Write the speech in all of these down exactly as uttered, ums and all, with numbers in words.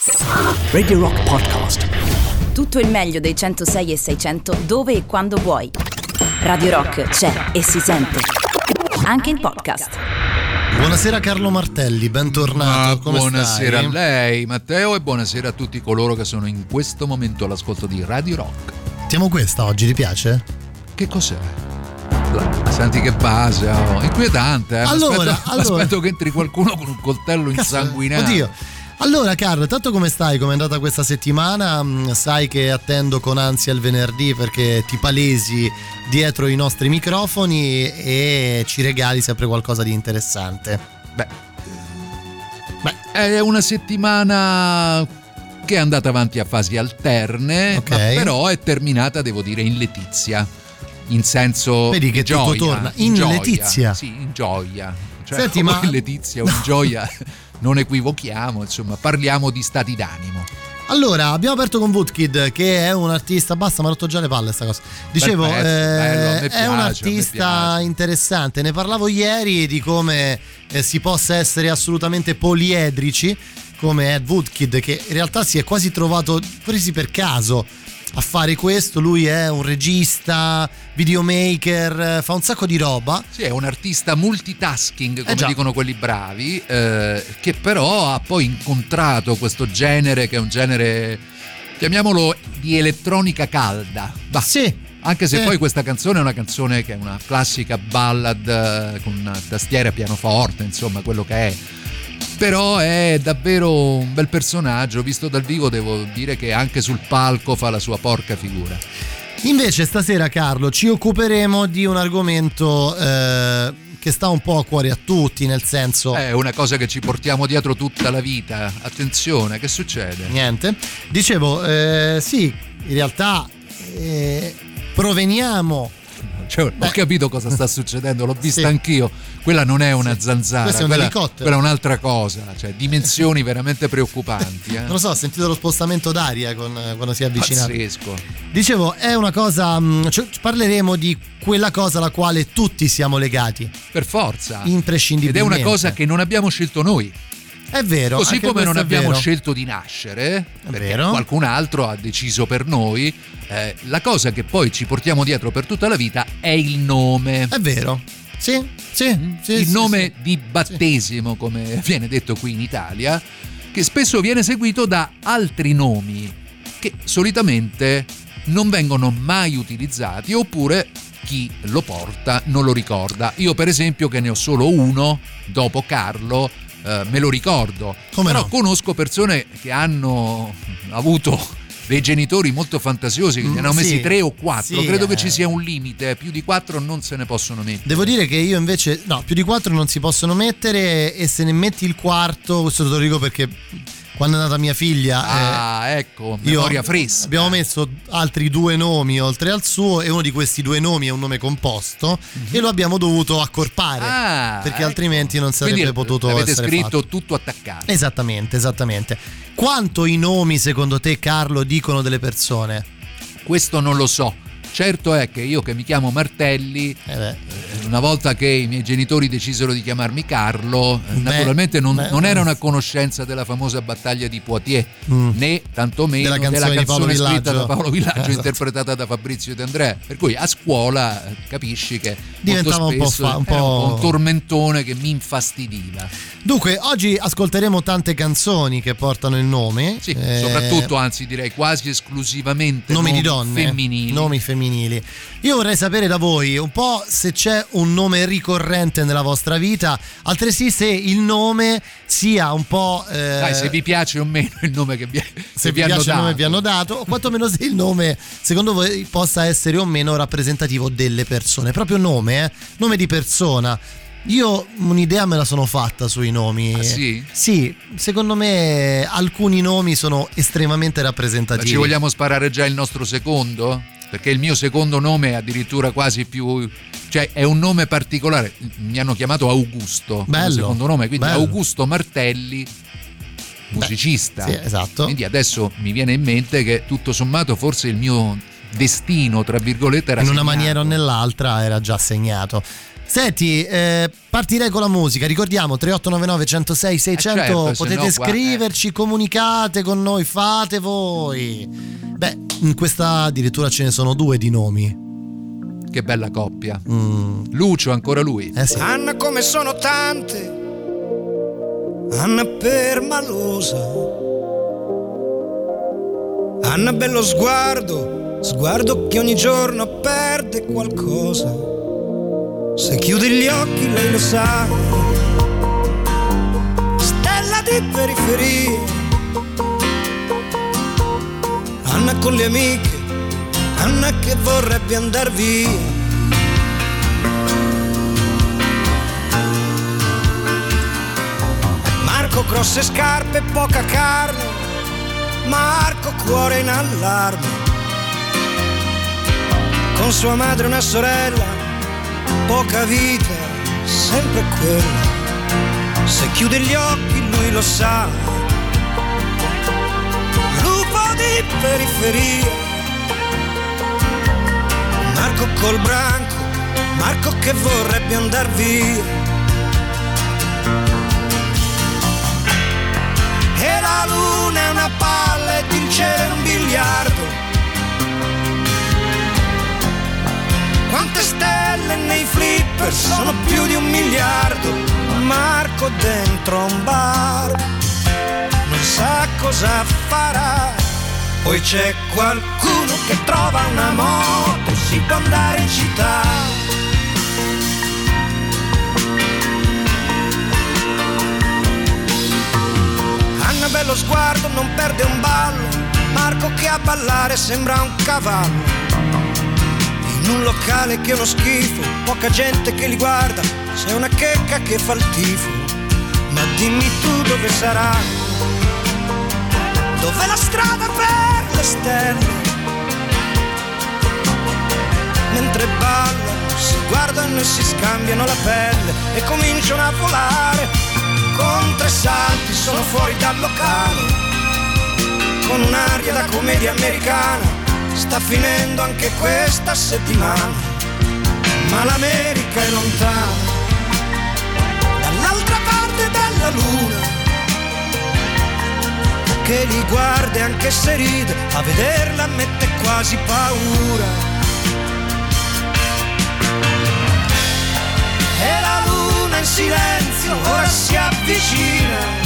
Radio Rock Podcast. Tutto il meglio dei centosei e seicento dove e quando vuoi. Radio Rock c'è e si sente anche in podcast. Buonasera Carlo Martelli, bentornato. Ah, Come buonasera stai? a lei Matteo e buonasera a tutti coloro che sono in questo momento all'ascolto di Radio Rock. Mettiamo questa oggi, ti piace? Che cos'è? La- Senti che base, oh. Inquietante, eh? Allora, aspetto, allora. aspetto che entri qualcuno con un coltello Cazzo, insanguinato. Oddio. Allora Carlo, tanto come stai? Come è andata questa settimana? Mm, Sai che attendo con ansia il venerdì perché ti palesi dietro i nostri microfoni e ci regali sempre qualcosa di interessante. Beh, Beh, è una settimana che è andata avanti a fasi alterne, Ok. ma però è terminata, devo dire, in letizia. In senso Vedi che di tutto gioia, torna. In gioia. letizia? Sì, in gioia. Cioè, Senti, o ma- in letizia o in gioia non equivochiamo, insomma, parliamo di stati d'animo. allora abbiamo aperto con Woodkid, che è un artista. Basta, mi ha rotto già le palle sta cosa. Dicevo, pezzo, eh, bello, a me è piace, un a me artista piace. interessante. Ne parlavo ieri di come eh, si possa essere assolutamente poliedrici, come Ed Woodkid, che in realtà si è quasi trovato quasi per caso a fare questo. Lui è un regista, videomaker, fa un sacco di roba. Sì, è un artista multitasking, come Eh già. dicono quelli bravi, eh, che però ha poi incontrato questo genere che è un genere, chiamiamolo, di elettronica calda. Bah, Sì, Anche se Eh. poi questa canzone è una canzone che è una classica ballad eh, con una tastiera e pianoforte, insomma, quello che è. Però è davvero un bel personaggio, visto dal vivo devo dire che anche sul palco fa la sua porca figura. invece stasera Carlo ci occuperemo di un argomento eh, che sta un po' a cuore a tutti, nel senso È una cosa che ci portiamo dietro tutta la vita. Attenzione, che succede? niente. Dicevo, eh, sì, in realtà eh, proveniamo. Cioè, ho Beh. capito cosa sta succedendo, l'ho vista Sì. anch'io. Quella non è una zanzara, Questo è un quella, elicottero. quella è un'altra cosa, cioè dimensioni veramente preoccupanti. Eh? Non lo so, ho sentito lo spostamento d'aria con, quando si è avvicinato. Pazzesco. Dicevo, è una cosa. mh, cioè, parleremo di quella cosa alla quale tutti siamo legati, Per forza. Ed è imprescindibilmente. una cosa che non abbiamo scelto noi. È vero. Così anche come non questo è abbiamo vero. scelto di nascere, perché vero. qualcun altro ha deciso per noi. Eh, la cosa che poi ci portiamo dietro per tutta la vita è il nome. È vero. Sì, sì, sì. il sì, nome sì. di battesimo, come viene detto qui in Italia, che spesso viene seguito da altri nomi che solitamente non vengono mai utilizzati, oppure chi lo porta non lo ricorda. Io per esempio, che ne ho solo uno dopo Carlo, eh, me lo ricordo. Come Però no? conosco persone che hanno avuto dei genitori molto fantasiosi che Mm, ne hanno messi sì, tre o quattro. sì, Credo che eh. ci sia un limite, più di quattro non se ne possono mettere. Devo dire che io invece, no, più di quattro non si possono mettere, e se ne metti il quarto, questo te lo dico perché quando è nata mia figlia, Ah, ecco, eh, io- memoria fresca. abbiamo messo altri due nomi oltre al suo, e uno di questi due nomi è un nome composto e lo abbiamo dovuto accorpare, Ah, perché ecco. altrimenti non sarebbe Quindi potuto avete essere scritto fatto. tutto attaccato. Esattamente, esattamente. Quanto i nomi secondo te, Carlo, dicono delle persone? Questo non lo so. Certo è che io, che mi chiamo Martelli, Eh beh, eh, una volta che i miei genitori decisero di chiamarmi Carlo, eh, Beh, naturalmente non, beh, non era una conoscenza della famosa battaglia di Poitiers, Mm. né tantomeno Della della canzone canzone, di Paolo scritta Villaggio. da Paolo Villaggio, Esatto. interpretata da Fabrizio De André. Per cui a scuola eh, capisci che Diventava un molto po' spesso fa- un era po'- un tormentone che mi infastidiva. dunque, oggi ascolteremo tante canzoni che portano il nome. Sì, eh, soprattutto, anzi direi quasi esclusivamente nomi di donne, femminili. nomi femminili. Io vorrei sapere da voi un po' se c'è un nome ricorrente nella vostra vita, altresì se il nome sia un po' eh, Dai, se vi piace o meno il nome che vi, se che vi vi hanno piace il dato. nome che vi hanno dato, o quantomeno se il nome secondo voi possa essere o meno rappresentativo delle persone, proprio nome, eh? Nome di persona. Io un'idea me la sono fatta sui nomi. Ah, sì? Sì, secondo me alcuni nomi sono estremamente Ma rappresentativi. ci vogliamo sparare già il nostro secondo? Perché il mio secondo nome è addirittura quasi più, cioè è un nome particolare. Mi hanno chiamato Augusto, Bello, come secondo nome, quindi bello. Augusto Martelli, musicista. Sì, esatto. Quindi adesso mi viene in mente che tutto sommato forse il mio destino, tra virgolette, era in una segnato. maniera o nell'altra era già segnato. Senti, eh, partirei con la musica. Ricordiamo tre otto nove nove uno zero sei sei zero zero, eh certo, potete no, scriverci, eh. comunicate con noi, fate voi. Beh, in questa addirittura ce ne sono due di nomi. Che bella coppia. Mm. Lucio, ancora lui. Eh sì. Anna come sono tante, Anna permalosa, Anna bello sguardo, sguardo che ogni giorno perde qualcosa. Se chiudi gli occhi lei lo sa, stella di periferia. Anna con le amiche, Anna che vorrebbe andar via. Marco grosse scarpe, poca carne, Marco cuore in allarme. Con sua madre una sorella, poca vita, sempre quella. Se chiude gli occhi lui lo sa. Lupo di periferia. Marco col branco, Marco che vorrebbe andar via. E la luna è una palla ed il cielo è un biliardo. Quante stelle nei flipper, sono più di un miliardo. Marco dentro un bar, non sa cosa farà. Poi c'è qualcuno che trova una moto, si può andare in città. Anna bello sguardo, non perde un ballo. Marco che a ballare sembra un cavallo. In un locale che è uno schifo, poca gente che li guarda, c'è una checca che fa il tifo. Ma dimmi tu dove sarà, dov'è la strada per le stelle? Mentre ballano, si guardano e si scambiano la pelle e cominciano a volare. Con tre salti sono fuori dal locale, con un'aria da commedia americana. Sta finendo anche questa settimana, ma l'America è lontana, dall'altra parte della luna, che li guarda e anche se ride, a vederla mette quasi paura. E la luna in silenzio ora si avvicina,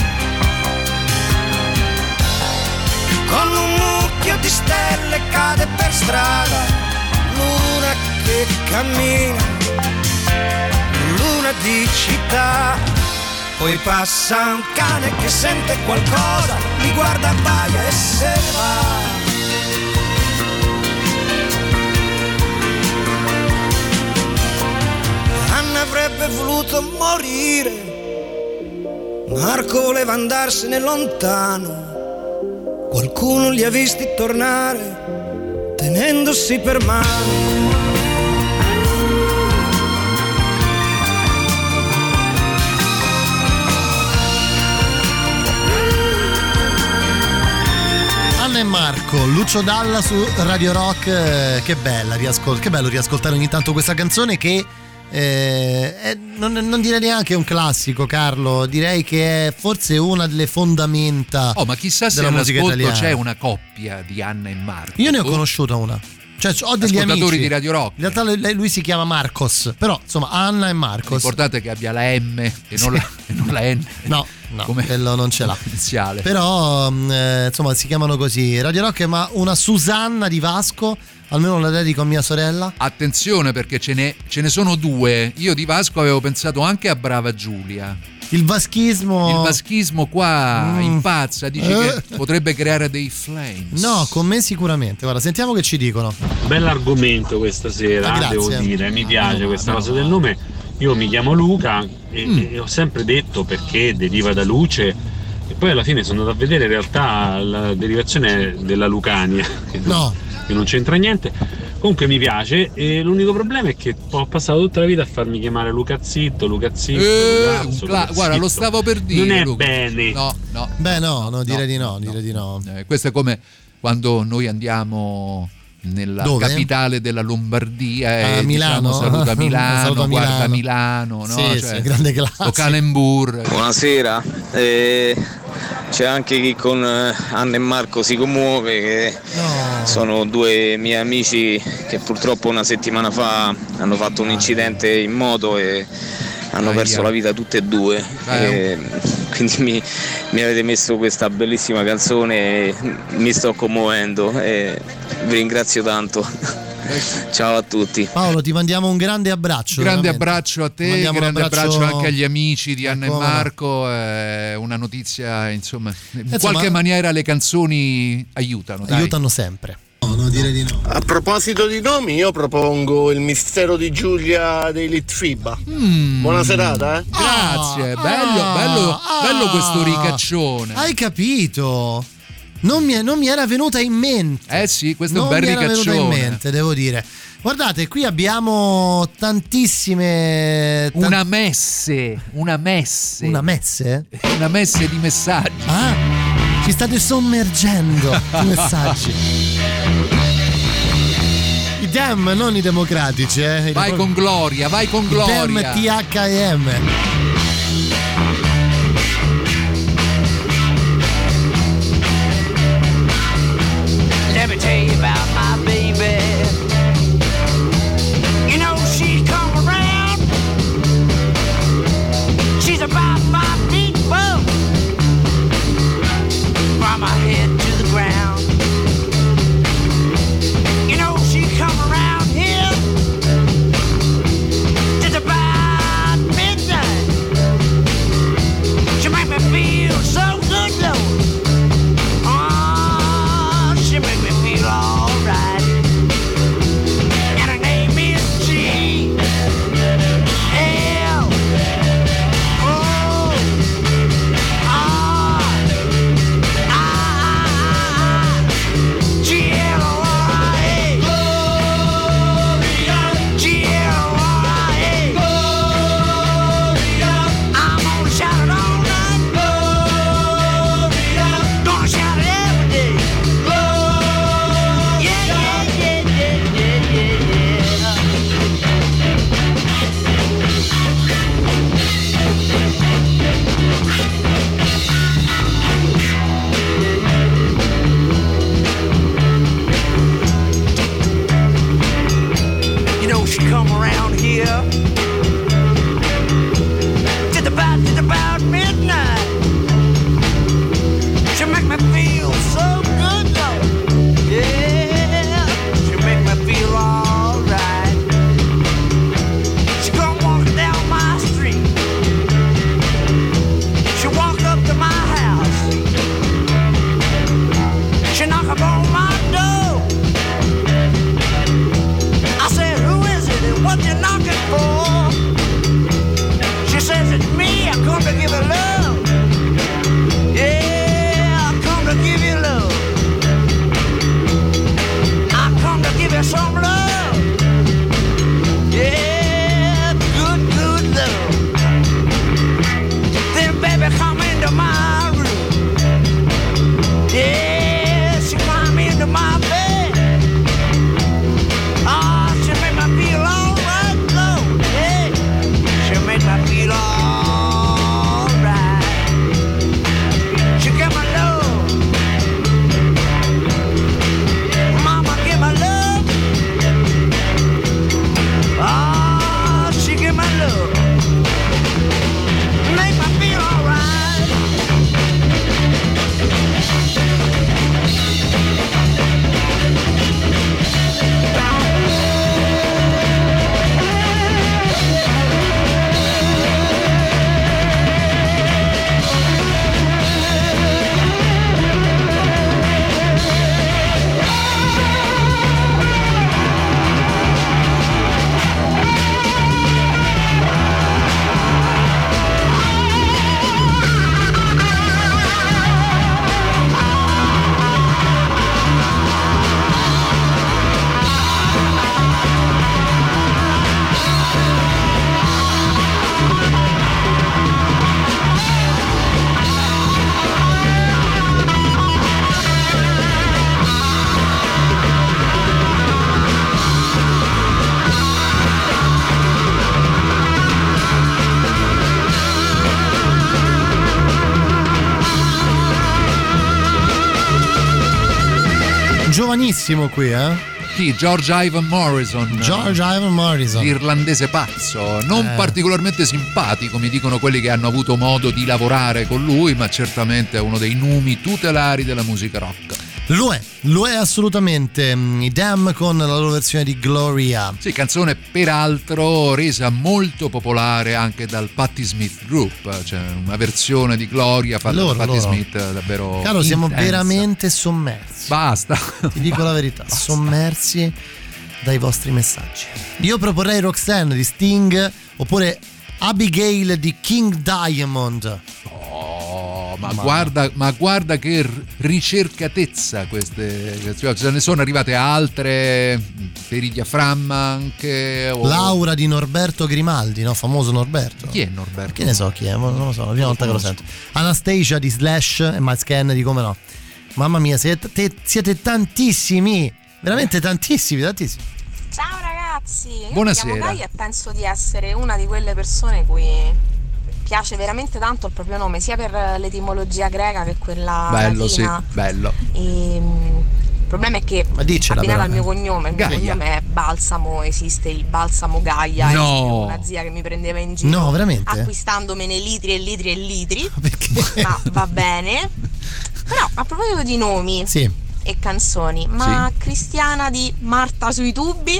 con un mucchio di stelle cade per strada. Luna che cammina, luna di città. Poi passa un cane che sente qualcosa, li guarda, abbaia e se ne va. Anna avrebbe voluto morire, Marco voleva andarsene lontano. Qualcuno li ha visti tornare, tenendosi per mano. Anna e Marco, Lucio Dalla su Radio Rock. Eh, che bella, riascol- che bello riascoltare ogni tanto questa canzone che eh, è, non, non direi neanche un classico, Carlo, direi che è forse una delle fondamenta oh, ma chissà se della musica all'ascolto italiana. C'è una coppia di Anna e Marco. Io ne ho Oh. conosciuta una, cioè ho degli Ascoltatori amici di Radio Rock. in realtà lei- lui si chiama Marcos, però insomma Anna e Marcos. Ricordate che abbia la M e non, Sì. la, e non la N. No, no, Come quello non ce l'ha. Iniziale. Però eh, insomma si chiamano così Radio Rock, ma una Susanna di Vasco, almeno la dedico a mia sorella. Attenzione perché ce ne, ce ne sono due. Io di Vasco avevo pensato anche a Brava Giulia. Il vaschismo. Il vaschismo qua Mm. impazza, dice Eh. che potrebbe creare dei flames. No, con me sicuramente. Guarda, sentiamo che ci dicono. Bell'argomento questa sera, Ah, grazie. devo dire, mi piace no, questa no, cosa no. del nome. Io mi chiamo Luca e, Mm. e ho sempre detto perché deriva da luce e poi alla fine sono andato a vedere in realtà la derivazione della Lucania, che non, No. che non c'entra niente. Comunque mi piace e l'unico problema è che ho passato tutta la vita a farmi chiamare Lucazzitto, Lucazzitto, Eh, Lucazzo, un cla- Lucazzitto. guarda, lo stavo per dire. Non è Luca. bene. No, no. Beh, no, no, direi no, di no, no, direi di no. Eh, questo è come quando noi andiamo nella Dove? capitale della Lombardia, e a Milano, diciamo, saluta Milano, Saluta guarda Milano. Milano, no? Sì, Cioè, sì, grande classe. o Calembour. Buonasera, eh, c'è anche chi con eh, Anna e Marco si commuove, che No. sono due miei amici che purtroppo una settimana fa hanno fatto un incidente in moto e hanno Aia. perso la vita tutte e due. Eh. E quindi mi, mi avete messo questa bellissima canzone e mi sto commuovendo e vi ringrazio tanto. Ciao a tutti. Paolo, ti mandiamo un grande abbraccio. Grande veramente. abbraccio a te, Mandiamo un grande abbraccio... abbraccio anche agli amici di Anna e come no. Marco. È una notizia, insomma, in Insomma, qualche maniera le canzoni aiutano. Dai. Aiutano sempre. A proposito di nomi, io propongo il mistero di Giulia dei Litfiba. Mm. Buona serata, eh? Grazie, Ah, bello, ah, bello, ah. bello questo ricaccione. Hai capito? Non mi, non mi era venuta in mente. Eh sì, questo non è un bel mi era venuta in ricaccione. mente, devo dire. Guardate, qui abbiamo tantissime. tan- Una messe, una messe. Una messe? Una messe di messaggi. Ah, ci state sommergendo di messaggi. I Dem, non i democratici, eh. I Vai depo- con gloria, vai con I gloria. Dem T H E M. Let me tell you about my baby. You know she come around. She's about my deep boat. From my head to the ground. You know she come around here. Just about midnight. giovanissimo qui, eh? Chi? George Ivan Morrison. George Ivan Morrison. L'irlandese pazzo, non Eh. particolarmente simpatico, mi dicono quelli che hanno avuto modo di lavorare con lui, ma certamente è uno dei numi tutelari della musica rock. Lo è, lo è assolutamente. I Damn con la loro versione di Gloria. Sì, canzone peraltro resa molto popolare anche dal Patti Smith Group, cioè una versione di Gloria fatta Loro, da Patti loro. Smith davvero Caro, siamo intensa. veramente sommersi. Basta. Ti dico la verità, sommersi dai vostri messaggi. Io proporrei Roxanne di Sting oppure Abigail di King Diamond. Oh, ma, Ma- guarda, ma guarda che r- ricercatezza queste, cioè, ce ne sono arrivate altre per il diaframma anche. o- Laura di Norberto Grimaldi, no? Famoso Norberto. Chi è Norberto? Che ne so chi è, non lo so, la prima volta che lo sento. Anastasia di Slash e Miles Ken di Come No. Mamma mia, siete, te- siete tantissimi, veramente tantissimi, tantissimi. Ciao ragazzi, io Buonasera. mi chiamo Gaia e penso di essere una di quelle persone cui piace veramente tanto il proprio nome, sia per l'etimologia greca che quella Bello, sì, latina. bello. E, mm, il problema è che Ma dicela abbinato però, al mio eh. cognome, il mio Gaia. cognome è Balsamo, esiste il Balsamo Gaia, No. esiste una zia che mi prendeva in giro No, veramente? acquistandomene litri e litri e litri, Perché? ma va bene. Però a proposito di nomi Sì. e canzoni, ma Cristiana di Marta sui tubi?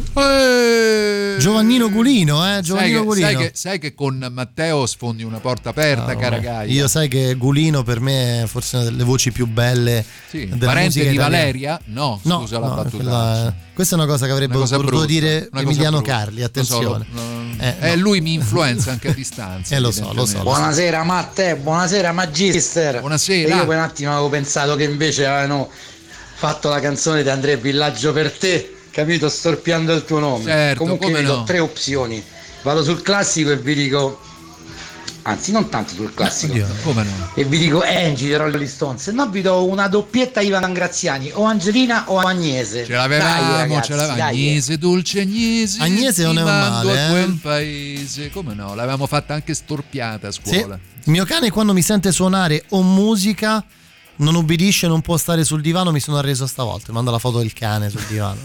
Eh, Giovannino Gulino, eh, sai Giovannino che, Gulino. sai, che, sai che con Matteo sfondi una porta aperta, No, cara no. Gaia. Io sai che Gulino per me è forse una delle voci più belle Sì, della parente musica di italiana. Valeria? No, No, scusa la no, battuta. quella- questa è una cosa che avrebbe Una cosa potuto brutta, dire una cosa Emiliano brutta. Carli, Lo so, attenzione. lo- lo- Eh, eh, no. lui mi influenza anche a distanza. Eh, lo so, lo so, evidentemente. lo so. Buonasera Matteo, buonasera Magister. Buonasera. E io per un attimo avevo pensato che invece avevano fatto la canzone di Andrea Villaggio per te, capito? Storpiando il tuo nome. Certo, Comunque come vi do no. tre opzioni. Vado sul classico e vi dico, anzi non tanto sul classico, Oddio. Come no? e vi dico Angie dei Rolling Stones. Se no vi do una doppietta Ivan Graziani, o Angelina o Agnese. Ce l'avevamo, Dai, ragazzi, ce l'avevamo. dai. Agnese, dolce Agnese. Agnese non ti è un mando male, a eh. quel paese. Come no? L'avevamo fatta anche storpiata a Sì. scuola. Il mio cane quando mi sente suonare o musica non ubbidisce, non può stare sul divano, mi sono arreso stavolta. Mando la foto del cane sul divano.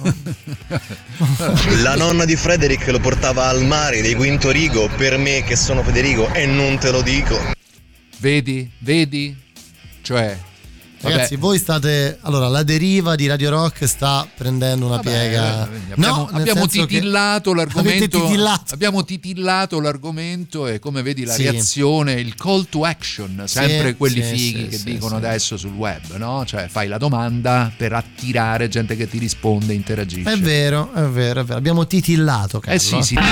La nonna di Frederick lo portava al mare dei Quinto Rigo, per me che sono Federico e non te lo dico. Vedi? Vedi? Cioè, vabbè. Ragazzi, voi state. Allora, la deriva di Radio Rock sta prendendo una Vabbè, piega. eh, abbiamo, No, nel abbiamo senso che- titillato Avete l'argomento. titillato. Abbiamo titillato l'argomento e come vedi la Sì. reazione, il call to action, sempre Sì, quelli sì, fighi sì, che sì, dicono sì. adesso sul web, no? Cioè fai la domanda per attirare gente che ti risponde, interagisce. È vero, è vero, è vero. Abbiamo titillato, Carlo. Eh sì, sì.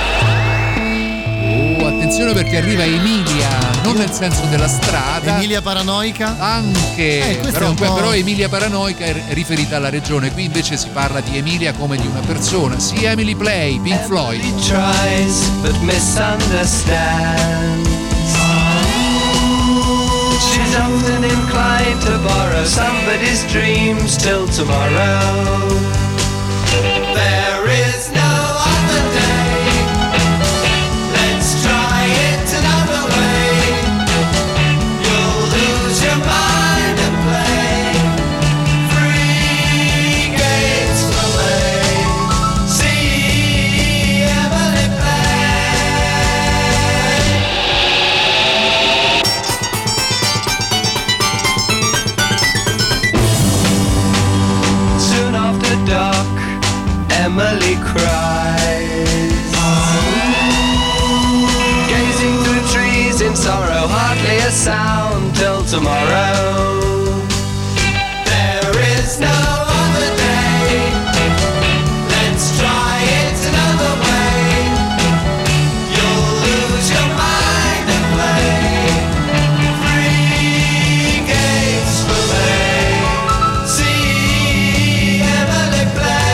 Oh, attenzione perché arriva Emilia, non nel senso della strada. Emilia Paranoica. Anche, Eh, questo però, è un po'- però Emilia Paranoica è riferita alla regione, qui invece si parla di Emilia come di una persona. Sì, Emily Play, Pink Floyd. Tries but misunderstands. She's often inclined to borrow somebody's dreams till tomorrow. There is no other day. Let's try it another way. You'll lose your mind and play free games for play. See Emily play. Soon after dark, Emily cries, gazing through trees in sorrow, hardly a sound till tomorrow. There is no other day. Let's try it another way. You'll lose your mind and play free games for play. See Emily play.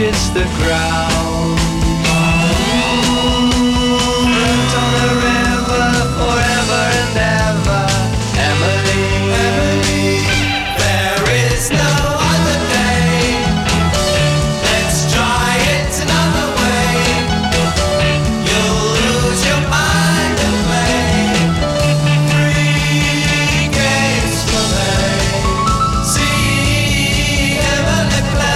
reaches the ground. Float on the river forever and ever, Emily, Emily. There is no other day. Let's try it another way. You'll lose your mind and play three games for me. See Emily play.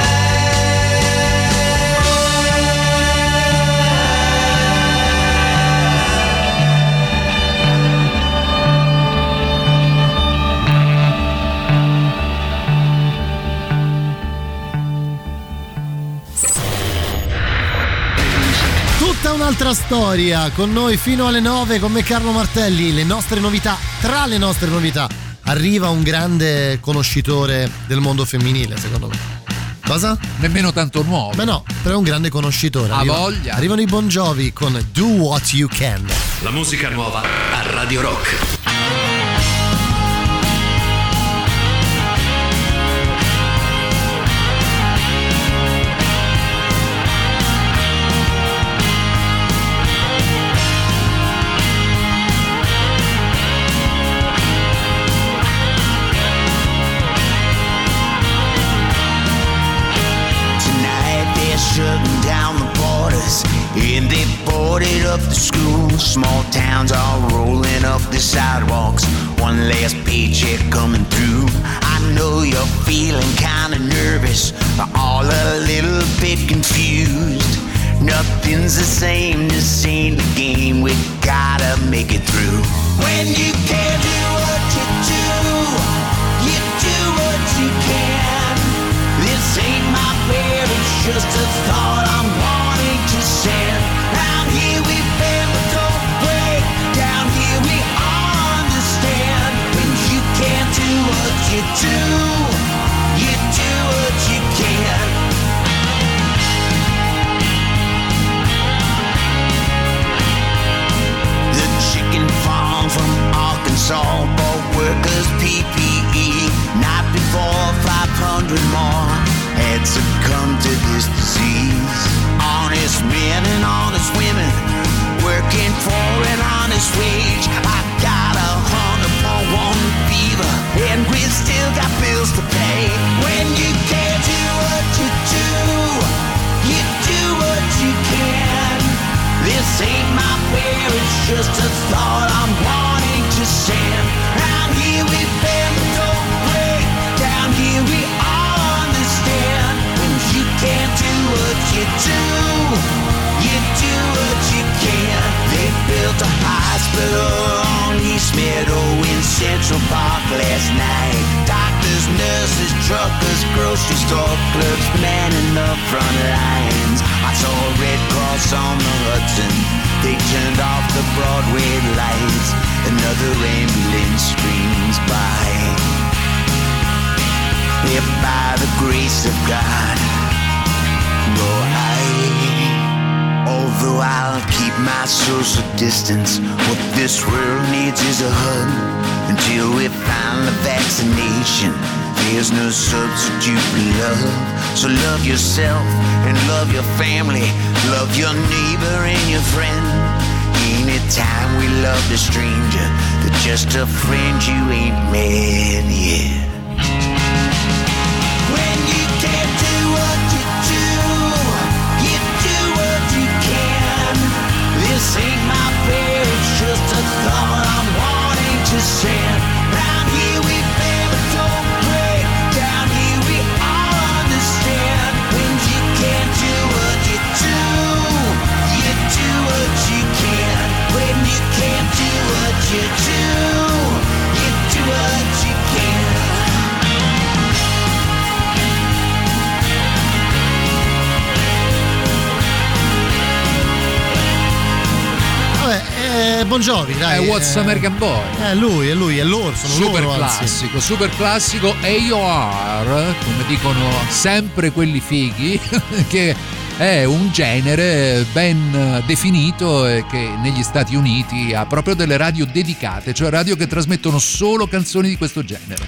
Tutta un'altra storia con noi fino alle nove con me Carlo Martelli, le nostre novità, tra le nostre novità arriva un grande conoscitore del mondo femminile, secondo me. Cosa? Nemmeno tanto nuovo. Ma no, però è un grande conoscitore. Ha Arriva- voglia. Arrivano i Bon Jovi con Do What You Can. La musica nuova a Radio Rock. Tonight they're shutting down the borders and they boarded up the schools. Small towns are rolling up the sidewalks. One last paycheck coming through. I know you're feeling kinda nervous, all a little bit confused. Nothing's the same, this ain't the game, we gotta make it through. When you can't do what you do, you do what you can. This ain't my prayer, it's just a thought I'm wanting to send. Down here we bend but don't break, down here we all understand. When you can't do what you do, you do what you can. The chicken farm from Arkansas bought workers P P E. Night before five hundred more had succumbed to this disease. Honest men and honest women working for an honest wage. I got a hundred for one fever and we still got bills to pay. When you can't do what you do, you do what you can. This ain't my prayer, it's just a thought I'm wanting to send. Round here we bend but don't break, down here we all understand. When you can't do what you do, you do what you can. They built a hospital on East Meadow in Central Park last night. Doctors, nurses, truckers, grocery store clerks manning the front lines. I saw a Red Cross on the Hudson. They turned off the Broadway lights. Another ambulance screams by. If by the grace of God, go I. Although I'll keep my social distance, what this world needs is a hug. Until we find the vaccination, there's no substitute for love. So love yourself and love your family, love your neighbor and your friend. Anytime we love a stranger, they're just a friend you ain't met yet. When you can't do what you do, you do what you can. This ain't my prayer, it's just a thought I'm wanting to send. Round here we bend but don't break, down here we all understand. When you can't do what you do, you do what you can. When you can't do what you do, you do what you can. Vabbè, è Bon Jovi, dai. È What's eh, American Boy. È lui, è lui, è loro, sono Super loro, anzi. classico, super classico. A O R, come dicono sempre quelli fighi, che è un genere ben definito e che negli Stati Uniti ha proprio delle radio dedicate, cioè radio che trasmettono solo canzoni di questo genere.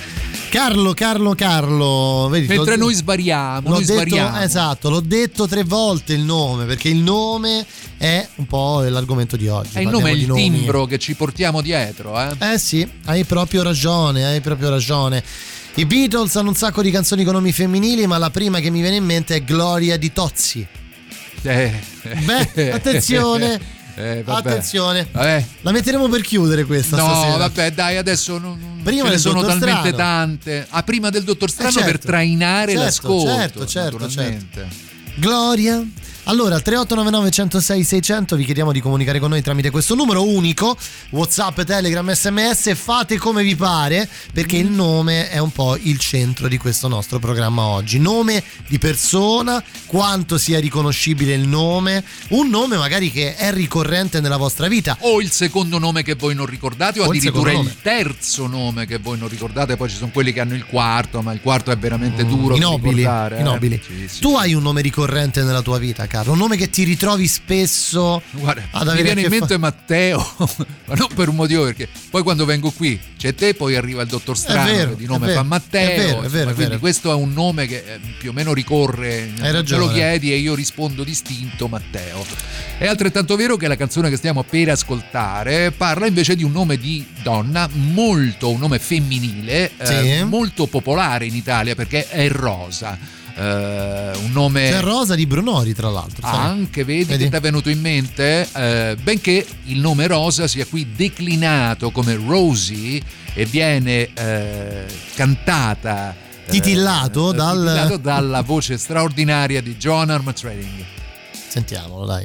Carlo, Carlo, Carlo. Vedi, mentre noi svariamo, noi detto, svariamo. Esatto, l'ho detto tre volte il nome, perché il nome è un po' l'argomento di oggi. E il nome è il timbro che ci portiamo dietro, eh? Eh sì, hai proprio ragione, hai proprio ragione. I Beatles hanno un sacco di canzoni con nomi femminili, ma la prima che mi viene in mente è Gloria di Tozzi. Eh. Beh, attenzione. Eh, vabbè. Attenzione, vabbè. La metteremo per chiudere questa no, stasera. vabbè, dai, adesso non, prima ce ne sono Dottor talmente Strano. tante. Ah, prima del Dottor Strano, eh certo, per trainare certo, l'ascolto. Certo, certo, naturalmente. certo. Gloria. Allora, al tre otto nove nove uno zero sei sei zero zero vi chiediamo di comunicare con noi tramite questo numero unico, WhatsApp, Telegram, sms, fate come vi pare, perché il nome è un po' il centro di questo nostro programma oggi. Nome di persona, quanto sia riconoscibile il nome, un nome magari che è ricorrente nella vostra vita. O il secondo nome che voi non ricordate, o, O il addirittura il, secondo nome. terzo nome che voi non ricordate. Poi ci sono quelli che hanno il quarto, ma il quarto è veramente duro I da nobili, ricordare. i eh. nobili. Sì, sì, tu sì. hai un nome ricorrente nella tua vita, Carlo? Un nome che ti ritrovi spesso Guarda, ad mi avere viene a in che mente fa- Matteo, ma non per un motivo, perché poi quando vengo qui c'è te, poi arriva il Dottor Strano vero, che di è nome vero, fa Matteo, è vero, è insomma, vero, è quindi vero. questo è un nome che eh, più o meno ricorre. Hai ragione. Me lo chiedi e io rispondo distinto Matteo. È altrettanto vero che la canzone che stiamo per ascoltare parla invece di un nome di donna, molto un nome femminile, Sì. eh, molto popolare in Italia perché è Rosa. Uh, un nome C'è Rosa di Brunori, tra l'altro. ah, sai? anche vedi, Vedi? che ti è venuto in mente, eh, benché il nome Rosa sia qui declinato come Rosie e viene eh, cantata eh, Titillato dal- titillato dalla voce straordinaria di Joan Armatrading. Sentiamolo, dai.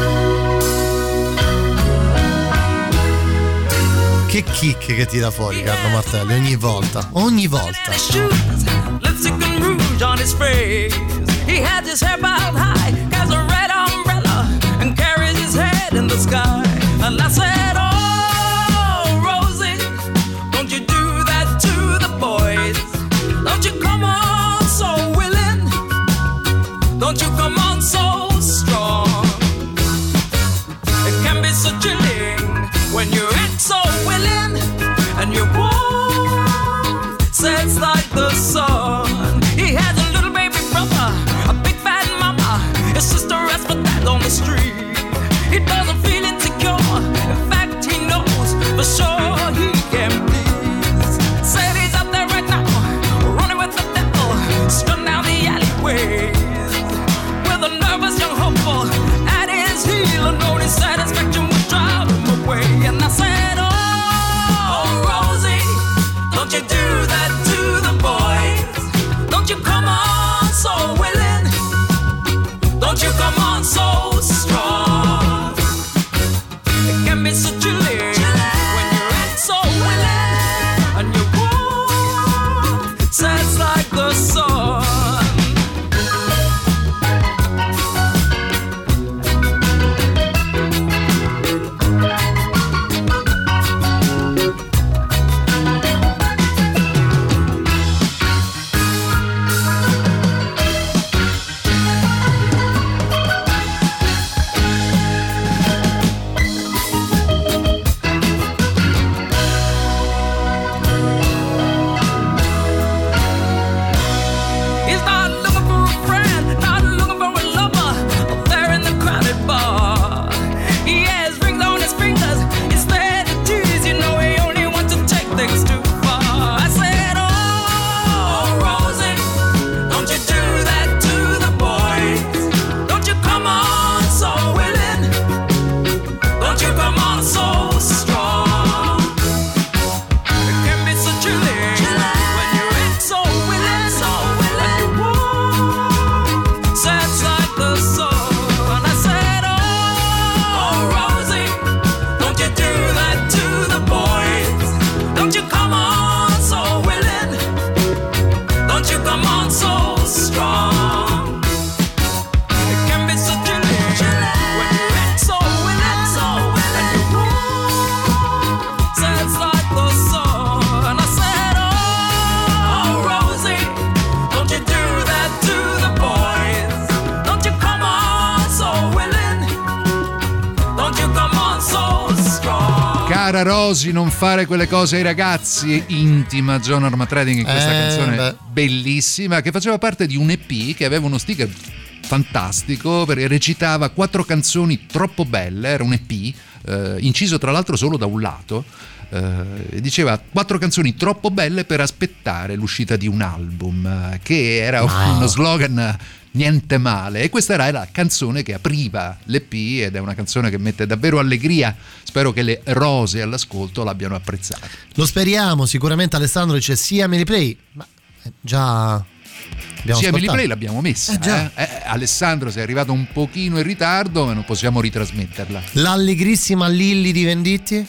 Che kick che tira fuori Carlo Martelli ogni volta, ogni volta. Lipstick and rouge on his face. He had his hair piled high, has a red umbrella, and carries his head in the sky. And I said, oh, Rosie, don't you do that to the boys. Don't you come on so willing. Don't you come on so strong. It can be so chilling when you act so willing and you warm, sets like the sun. He has a little baby brother, a big fat mama. His Cara Rosy, non fare quelle cose ai ragazzi, intima John Armatrading in questa Eh, canzone beh. bellissima, che faceva parte di un E P che aveva uno sticker fantastico perché recitava quattro canzoni troppo belle. Era un E P eh, inciso tra l'altro solo da un lato, eh, diceva quattro canzoni troppo belle per aspettare l'uscita di un album, eh, che era Wow. uno slogan niente male, e questa era la canzone che apriva l'E P ed è una canzone che mette davvero allegria. Spero che le rose all'ascolto l'abbiano apprezzata. Lo speriamo, sicuramente. Alessandro dice sì a Emily Play, ma eh, già abbiamo Sì, Emily ascoltato. Play l'abbiamo messa, Eh, già. eh. Eh, Alessandro sei arrivato un pochino in ritardo, ma non possiamo ritrasmetterla. L'allegrissima Lilli di Venditti.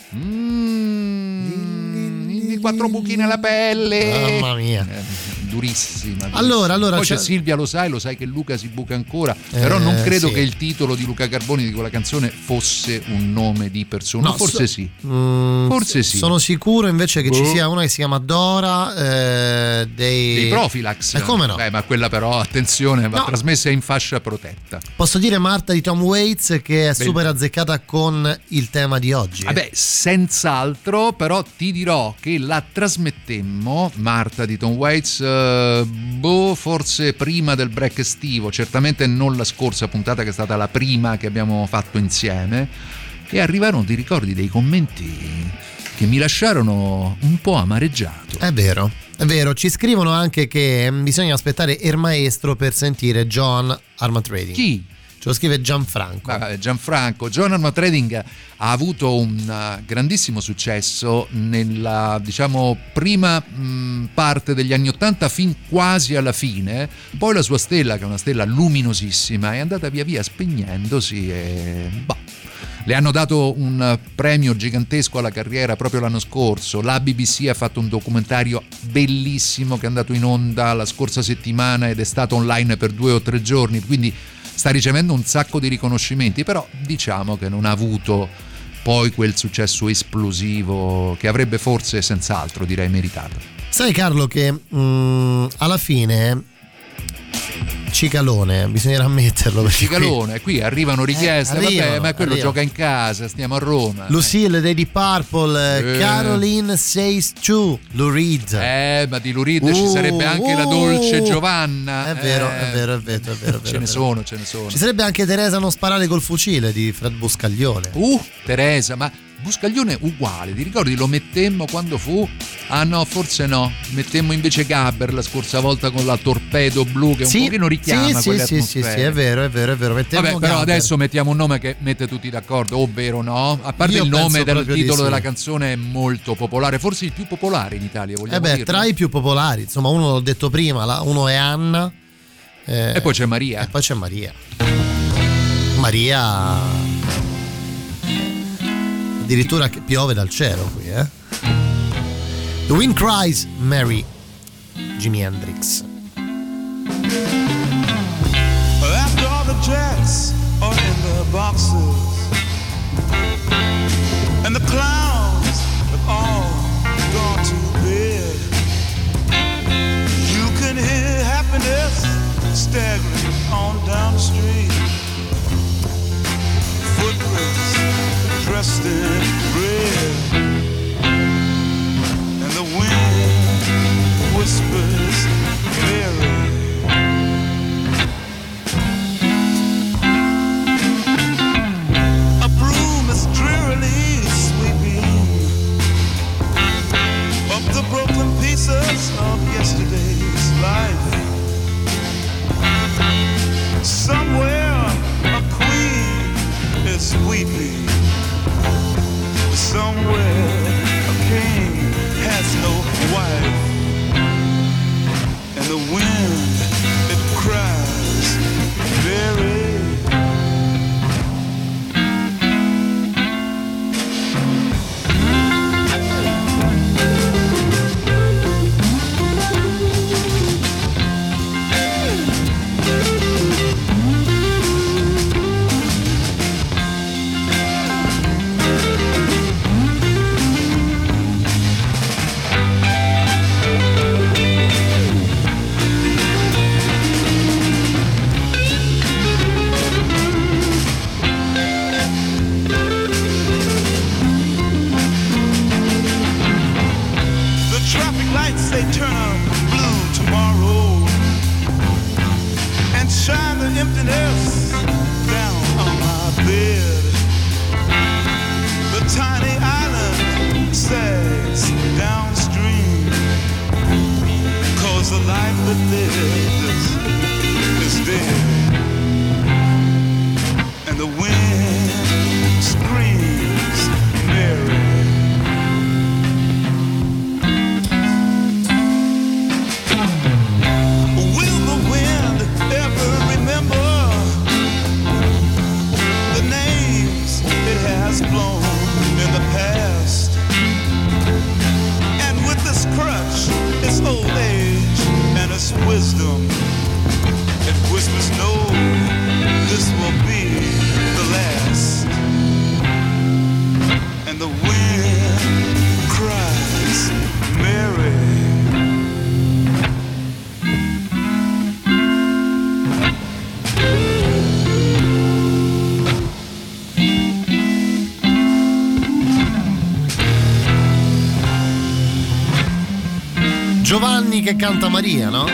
Mm, quattro buchi nella pelle. Mamma mia. Eh, durissima, durissima. Allora, allora, Poi c'è c'è- Silvia, lo sai, lo sai che Luca si buca ancora, però non Eh, credo sì. che il titolo di Luca Carboni di quella canzone fosse un nome di persona. No, forse so- sì. Mm, Forse sì. Sono sicuro invece che ci Boh. sia una che si chiama Dora eh, dei... Dei Profilax. E come no? Eh, ma quella però, attenzione, va No. trasmessa in fascia protetta. Posso dire Marta di Tom Waits che è Beh. super azzeccata con il tema di oggi. Vabbè, senz'altro, però ti dirò che la trasmettemmo, Marta di Tom Waits, eh, boh, forse prima del break estivo, certamente non la scorsa puntata che è stata la prima che abbiamo fatto insieme, e arrivarono, ti ricordi, dei commenti che mi lasciarono un po' amareggiato. È vero, è vero. Ci scrivono anche che bisogna aspettare il maestro per sentire John Armatrading. Chi? Ce lo scrive Gianfranco. Vabbè, Gianfranco. John Armatrading ha avuto un uh, grandissimo successo nella, diciamo, prima mh, parte degli anni Ottanta fin quasi alla fine. Poi la sua stella, che è una stella luminosissima, è andata via via spegnendosi e bah, le hanno dato un premio gigantesco alla carriera proprio l'anno scorso. La B B C ha fatto un documentario bellissimo che è andato in onda la scorsa settimana ed è stato online per due o tre giorni, quindi sta ricevendo un sacco di riconoscimenti, però diciamo che non ha avuto poi quel successo esplosivo che avrebbe forse senz'altro, direi, meritato. Sai Carlo che mm, alla fine Cicalone, bisognerà ammetterlo, perché Cicalone, qui arrivano richieste, Eh, vabbè, arrivano, ma quello arrivano. gioca in casa, stiamo a Roma. qui Lucille dei Deep Purple, Eh. Caroline Says True, Lou Reed. Eh, ma di Lou Reed ci Uh, sarebbe anche la uh. dolce Giovanna. È vero, Eh, è vero, è vero, è vero, è vero, Ce è ne vero. sono, ce ne sono. Ci sarebbe anche Teresa non sparare col fucile di Fred Buscaglione. Uh, Teresa, ma Buscaglione uguale, ti ricordi? Lo mettemmo quando fu? Ah no, forse no. Mettemmo invece Gabber la scorsa volta con la Torpedo Blu, che un Sì, pochino richiama sì, sì, quelle sì, sì, atmosfere. sì, è vero, è vero, è vero. Mettiamo Vabbè, però Gabber. adesso mettiamo un nome che mette tutti d'accordo, ovvero no? A parte Io il nome penso del proprio di titolo sì. della canzone è molto popolare, forse il più popolare in Italia, vogliamo Eh beh, dirlo? tra i più popolari, insomma, uno l'ho detto prima, la- uno è Anna. eh, E poi c'è Maria. E poi c'è Maria. Maria. Addirittura che piove dal cielo qui, eh? The Wind Cries, Mary, Jimi Hendrix. After all the jets are in the boxes and the clowns have all gone to bed, you can hear happiness staggering on down the street. Footprints dressed in red, and the wind whispers Mary. A broom is drearily sweeping up the broken pieces of yesterday's life. Somewhere a queen is weeping. Somewhere a king has no wife. And the wind, it cries very. has flown in the past. And with this crutch, its old age and its wisdom, it whispers, no, this will be the last. And the wind cries, Mary. Giovanni che canta Maria, no?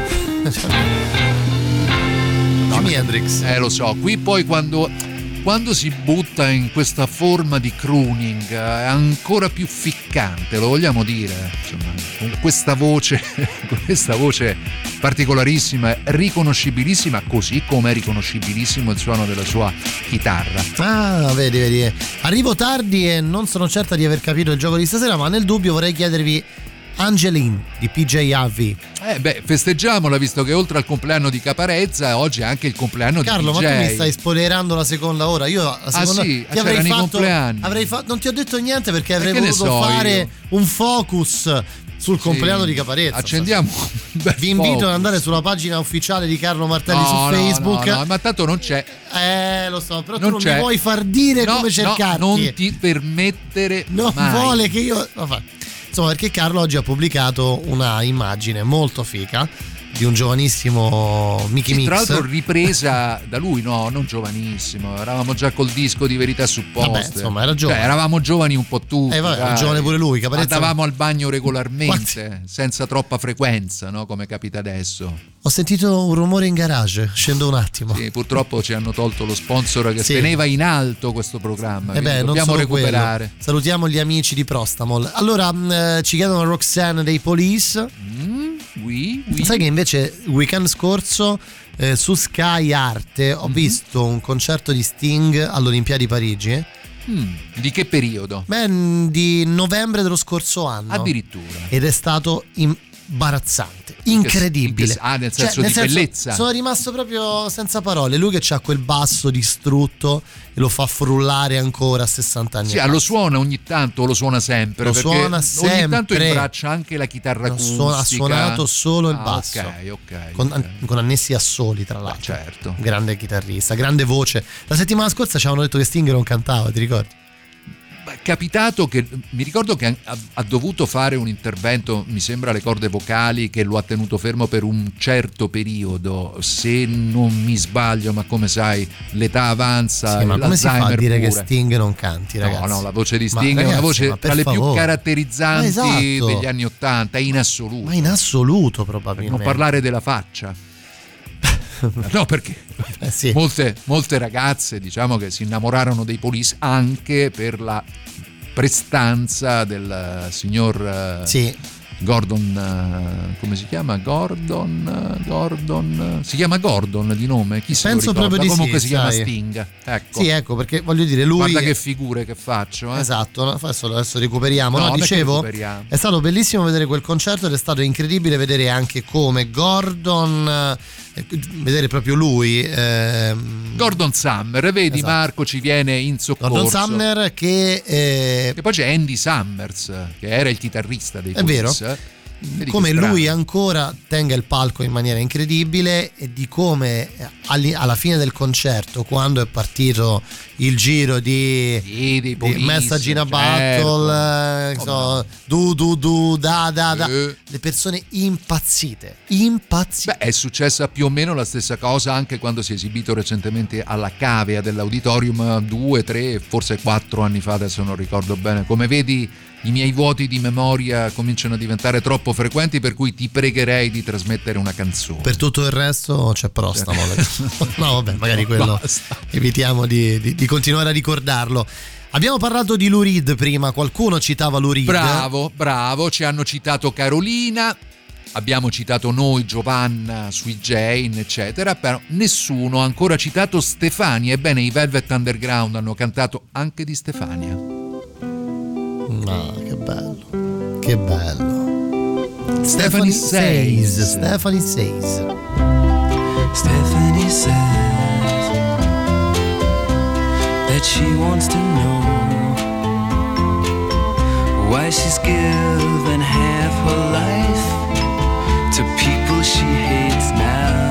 Jimi Hendrix. Eh, lo so, qui poi quando, quando si butta in questa forma di crooning è ancora più ficcante, lo vogliamo dire, insomma, con questa voce, con questa voce particolarissima, riconoscibilissima, così come è riconoscibilissimo il suono della sua chitarra. Ah, vedi, vedi. Arrivo tardi e non sono certa di aver capito il gioco di stasera, ma nel dubbio vorrei chiedervi Angeline di P J Harvey. Eh beh, festeggiamola, visto che oltre al compleanno di Caparezza oggi è anche il compleanno Carlo, di P J. Carlo, ma tu mi stai spoilerando la seconda ora. Io la seconda ah sì, ti avrei c'erano fatto, i compleanni. avrei fatto, non ti ho detto niente perché avrei che voluto so fare io? un focus sul compleanno sì, di Caparezza. Accendiamo. Vi invito focus. ad andare sulla pagina ufficiale di Carlo Martelli no, su no, Facebook. No, no, ma tanto non c'è. Eh, lo so, però non tu non c'è. mi vuoi far dire no, come cercarti. No, non ti permettere non mai. vuole che io insomma, perché Carlo oggi ha pubblicato una immagine molto fica di un giovanissimo Mickey sì, Mix. tra l'altro ripresa da lui, no, non giovanissimo, eravamo già col disco di Verità Supposte. Vabbè, insomma, era giovane. Cioè, eravamo giovani un po' tutti. Eh, vabbè, era giovane pure lui, Caparezza. Andavamo al bagno regolarmente, Quanti? senza troppa frequenza, no, come capita adesso. Ho sentito un rumore in garage, scendo un attimo. Sì, purtroppo ci hanno tolto lo sponsor che Sì. teneva in alto questo programma. Eh beh, dobbiamo non recuperare. Quello. Salutiamo gli amici di Prostamol. Allora, mh, ci chiedono Roxanne dei Police. Mm, oui, oui. Sai che invece il weekend scorso eh, su Sky Arte ho mm-hmm. visto un concerto di Sting all'Olimpiadi Parigi. Mm, di che periodo? Beh, di novembre dello scorso anno. Addirittura. Ed è stato imbarazzante, incredibile. Ah, nel senso cioè, nel di senso, bellezza. Sono rimasto proprio senza parole. Lui che c'ha quel basso distrutto e lo fa frullare ancora a sessanta anni. Sì, lo suona ogni tanto, lo suona sempre. Lo perché suona sempre. Ogni tanto imbraccia anche la chitarra No, acustica. suona, ha suonato solo il ah, basso. Ok, ok. Con, okay. con annessi assoli, tra l'altro. Ah, certo. Grande chitarrista, grande voce. La settimana scorsa ci avevano detto che Sting non cantava, ti ricordi? È capitato che mi ricordo che ha, ha dovuto fare un intervento, mi sembra alle corde vocali, che lo ha tenuto fermo per un certo periodo, se non mi sbaglio, ma come sai l'età avanza, sì, ma come si fa a dire pure. che Sting non canti, ragazzi? No, no, la voce di Ma Sting ragazzi, è una voce tra le favore. più caratterizzanti esatto. degli anni Ottanta, in assoluto. Ma in assoluto Per probabilmente. non parlare della faccia. No, perché eh sì. molte, molte ragazze, diciamo, che si innamorarono dei Police anche per la prestanza del signor sì. Gordon, come si chiama? Gordon, Gordon, si chiama Gordon di nome? Chi se Penso lo ricorda? proprio di Comunque sì, si chiama sai. Sting. Ecco. Sì, ecco, perché voglio dire, lui. Guarda che figure che faccio. Eh? Esatto, adesso, adesso recuperiamo. No, No, dicevo, recuperiamo. è stato bellissimo vedere quel concerto ed è stato incredibile vedere anche come Gordon, eh, vedere proprio lui. Ehm, Gordon Summer, vedi, esatto. Marco ci viene in soccorso. Gordon Summer che. Eh, e poi c'è Andy Summers, che era il chitarrista dei È vero. Police. Vedi come che strano. lui ancora tenga il palco in maniera incredibile e di come alla fine del concerto, quando è partito il giro di, sì, dei Police, di Message in a certo. Battle, eh, so, du du du da da da, eh. le persone impazzite, impazzite. Beh, è successa più o meno la stessa cosa anche quando si è esibito recentemente alla Cavea dell'Auditorium due, tre, forse quattro anni fa, adesso non ricordo bene. Come vedi, i miei vuoti di memoria cominciano a diventare troppo frequenti, per cui ti pregherei di trasmettere una canzone. Per tutto il resto c'è Prostamol. No, vabbè, magari quello Basta. evitiamo di, di, di continuare a ricordarlo. Abbiamo parlato di Lou Reed prima, qualcuno citava Lou Reed. Bravo, bravo, ci hanno citato Carolina, abbiamo citato noi Giovanna, Sui Jane, eccetera, però nessuno ha ancora citato Stefania. Ebbene, i Velvet Underground hanno cantato anche di Stefania. Ma che bello, che bello. Stephanie Says. Says. Stephanie Says. Stephanie says that she wants to know why she's given half her life to people she hates now.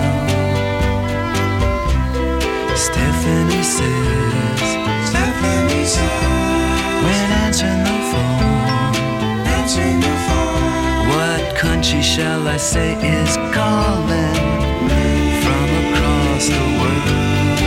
Stephanie says, Stephanie says, when answering the phone, answering the phone, what country shall I say is calling from across the world?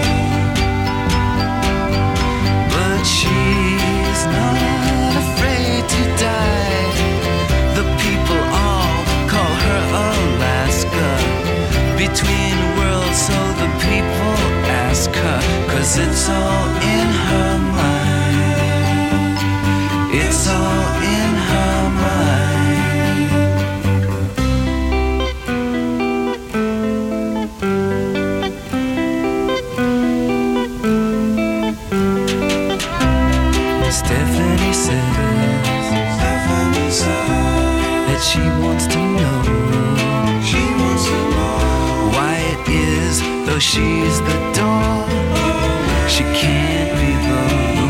But she's not afraid to die. The people all call her Alaska, between worlds, so the people ask her, 'cause it's all in her mind. It's all in her mind. Stephanie says, Stephanie says that she wants to know, she wants to know why it is, though she's the door, she can't be the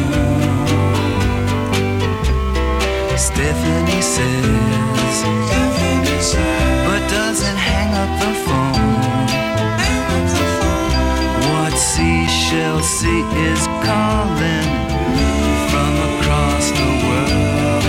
moon. Stephanie says, Stephanie says, but doesn't hang up the phone. Hang up the phone. What seashell sea is calling from across the world?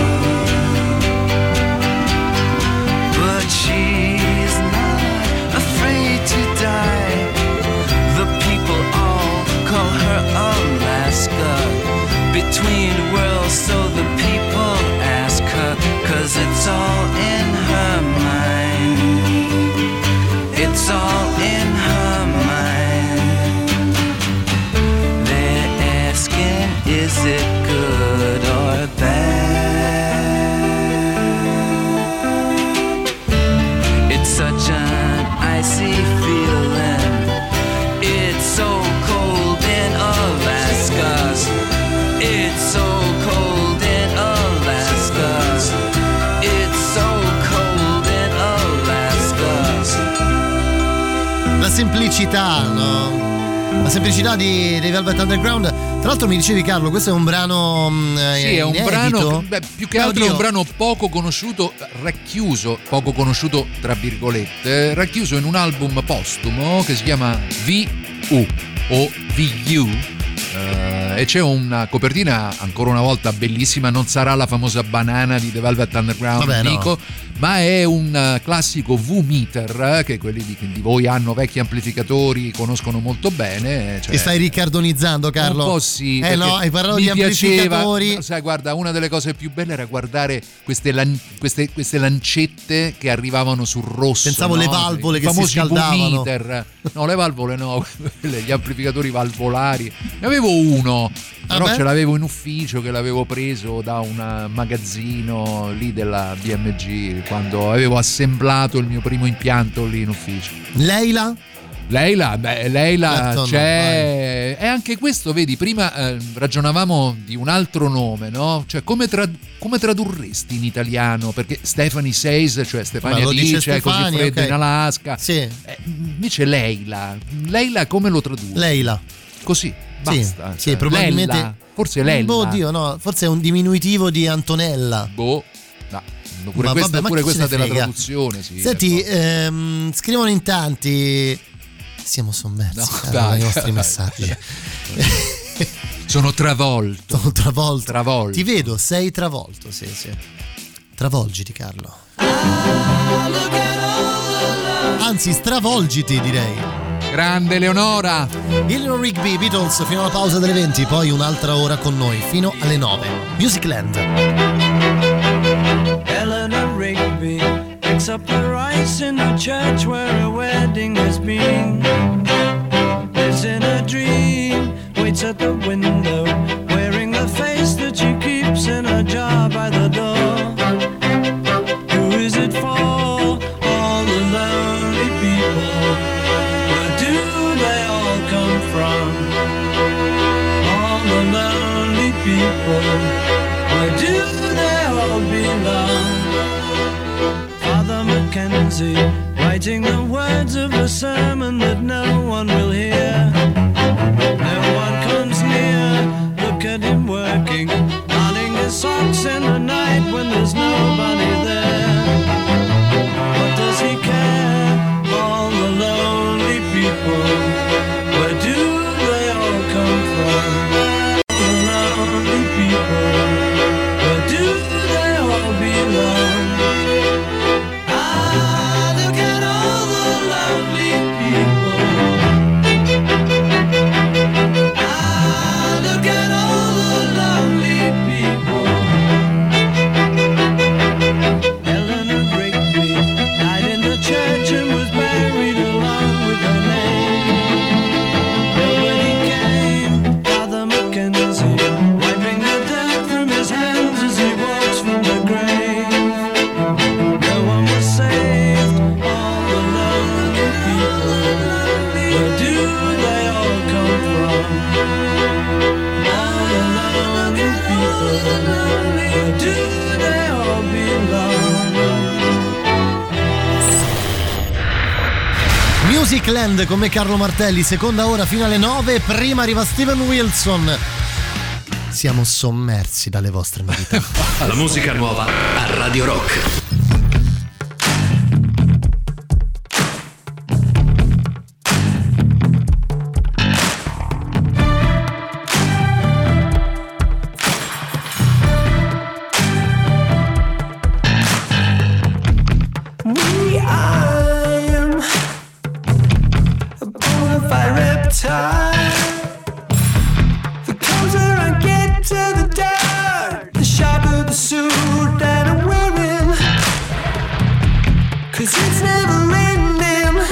But she's not afraid to die. The people all call her Alaska, between worlds, so the people ask her, 'cause it's all in her mind. It's all in her mind. They're asking, is it good or bad? It's such an icy feeling. It's so cold in Alaska. It's so cold in Alaska. It's so cold in Alaska. La semplicità, no? La semplicità di, di Velvet Underground. Tra l'altro mi dicevi, Carlo, questo è un brano eh, sì, è un inedito? brano, beh, più che altro Oddio. è un brano poco conosciuto, racchiuso, poco conosciuto tra virgolette, racchiuso in un album postumo che si chiama V U o V U. Uh, e c'è una copertina ancora una volta bellissima. Non sarà la famosa banana di The Velvet Underground, Vabbè, no. dico, ma è un uh, classico V-meter che quelli di, di voi hanno vecchi amplificatori conoscono molto bene, cioè, Ti stai riccardonizzando, Carlo? un po' sì, Eh perché no, hai parlato mi di amplificatori. piaceva, sai, guarda, una delle cose più belle era guardare queste, lan- queste, queste lancette che arrivavano sul rosso. Pensavo no? le valvole I che si famosi scaldavano. V-meter. No, le valvole no, gli amplificatori valvolari. Ne avevo uno, però Vabbè. ce l'avevo in ufficio, che l'avevo preso da un magazzino lì della B M G quando avevo assemblato il mio primo impianto lì in ufficio. Leila? Leila, beh, Leila Certo, c'è. E anche questo, vedi, prima eh, ragionavamo di un altro nome, no? Cioè, come, tra- come tradurresti in italiano? Perché Stephanie Says, cioè Stefania Ma lo dice dice, è così Stefania, fredda ok. in Alaska. Sì. Eh, invece Leila. Leila come lo traduci? Leila. Così, basta. Sì, cioè, sì, probabilmente. Lella. Forse Lella. Boh, Dio, no, forse è un diminutivo di Antonella. Boh. No. Pure Ma questa, vabbè, ma pure chi questa se ne della frega? traduzione, sì. Senti, ehm, scrivono in tanti. Siamo sommersi No, Carlo, dai, dai nostri dai, messaggi. Sono travolto. Sono travolto. Travolto. Ti vedo, sei travolto, sì, sì. Travolgiti, Carlo. Anzi, stravolgiti, direi. Grande Leonora. Eleanor Rigby, Beatles, fino alla pausa delle venti, poi un'altra ora con noi, fino alle nove. Musicland. Eleanor Rigby picks up the rice in the church where a wedding has been. Lives in a dream, waits at the window, wearing the face that she keeps in a jar by the door. Who is it for? All the lonely people. Where do they all come from? All the lonely people. Where do they all belong? Father Mackenzie, writing the words of a sermon that no one will hear. No one comes near, look at him working, darning his socks in the night where do they all belong? Musicland con me Carlo Martelli, seconda ora fino alle nove, prima arriva Steven Wilson. Siamo sommersi dalle vostre novità. La musica nuova a Radio Rock. The closer I get to the dirt, the sharper the suit that I'm wearing. 'Cause it's never ending.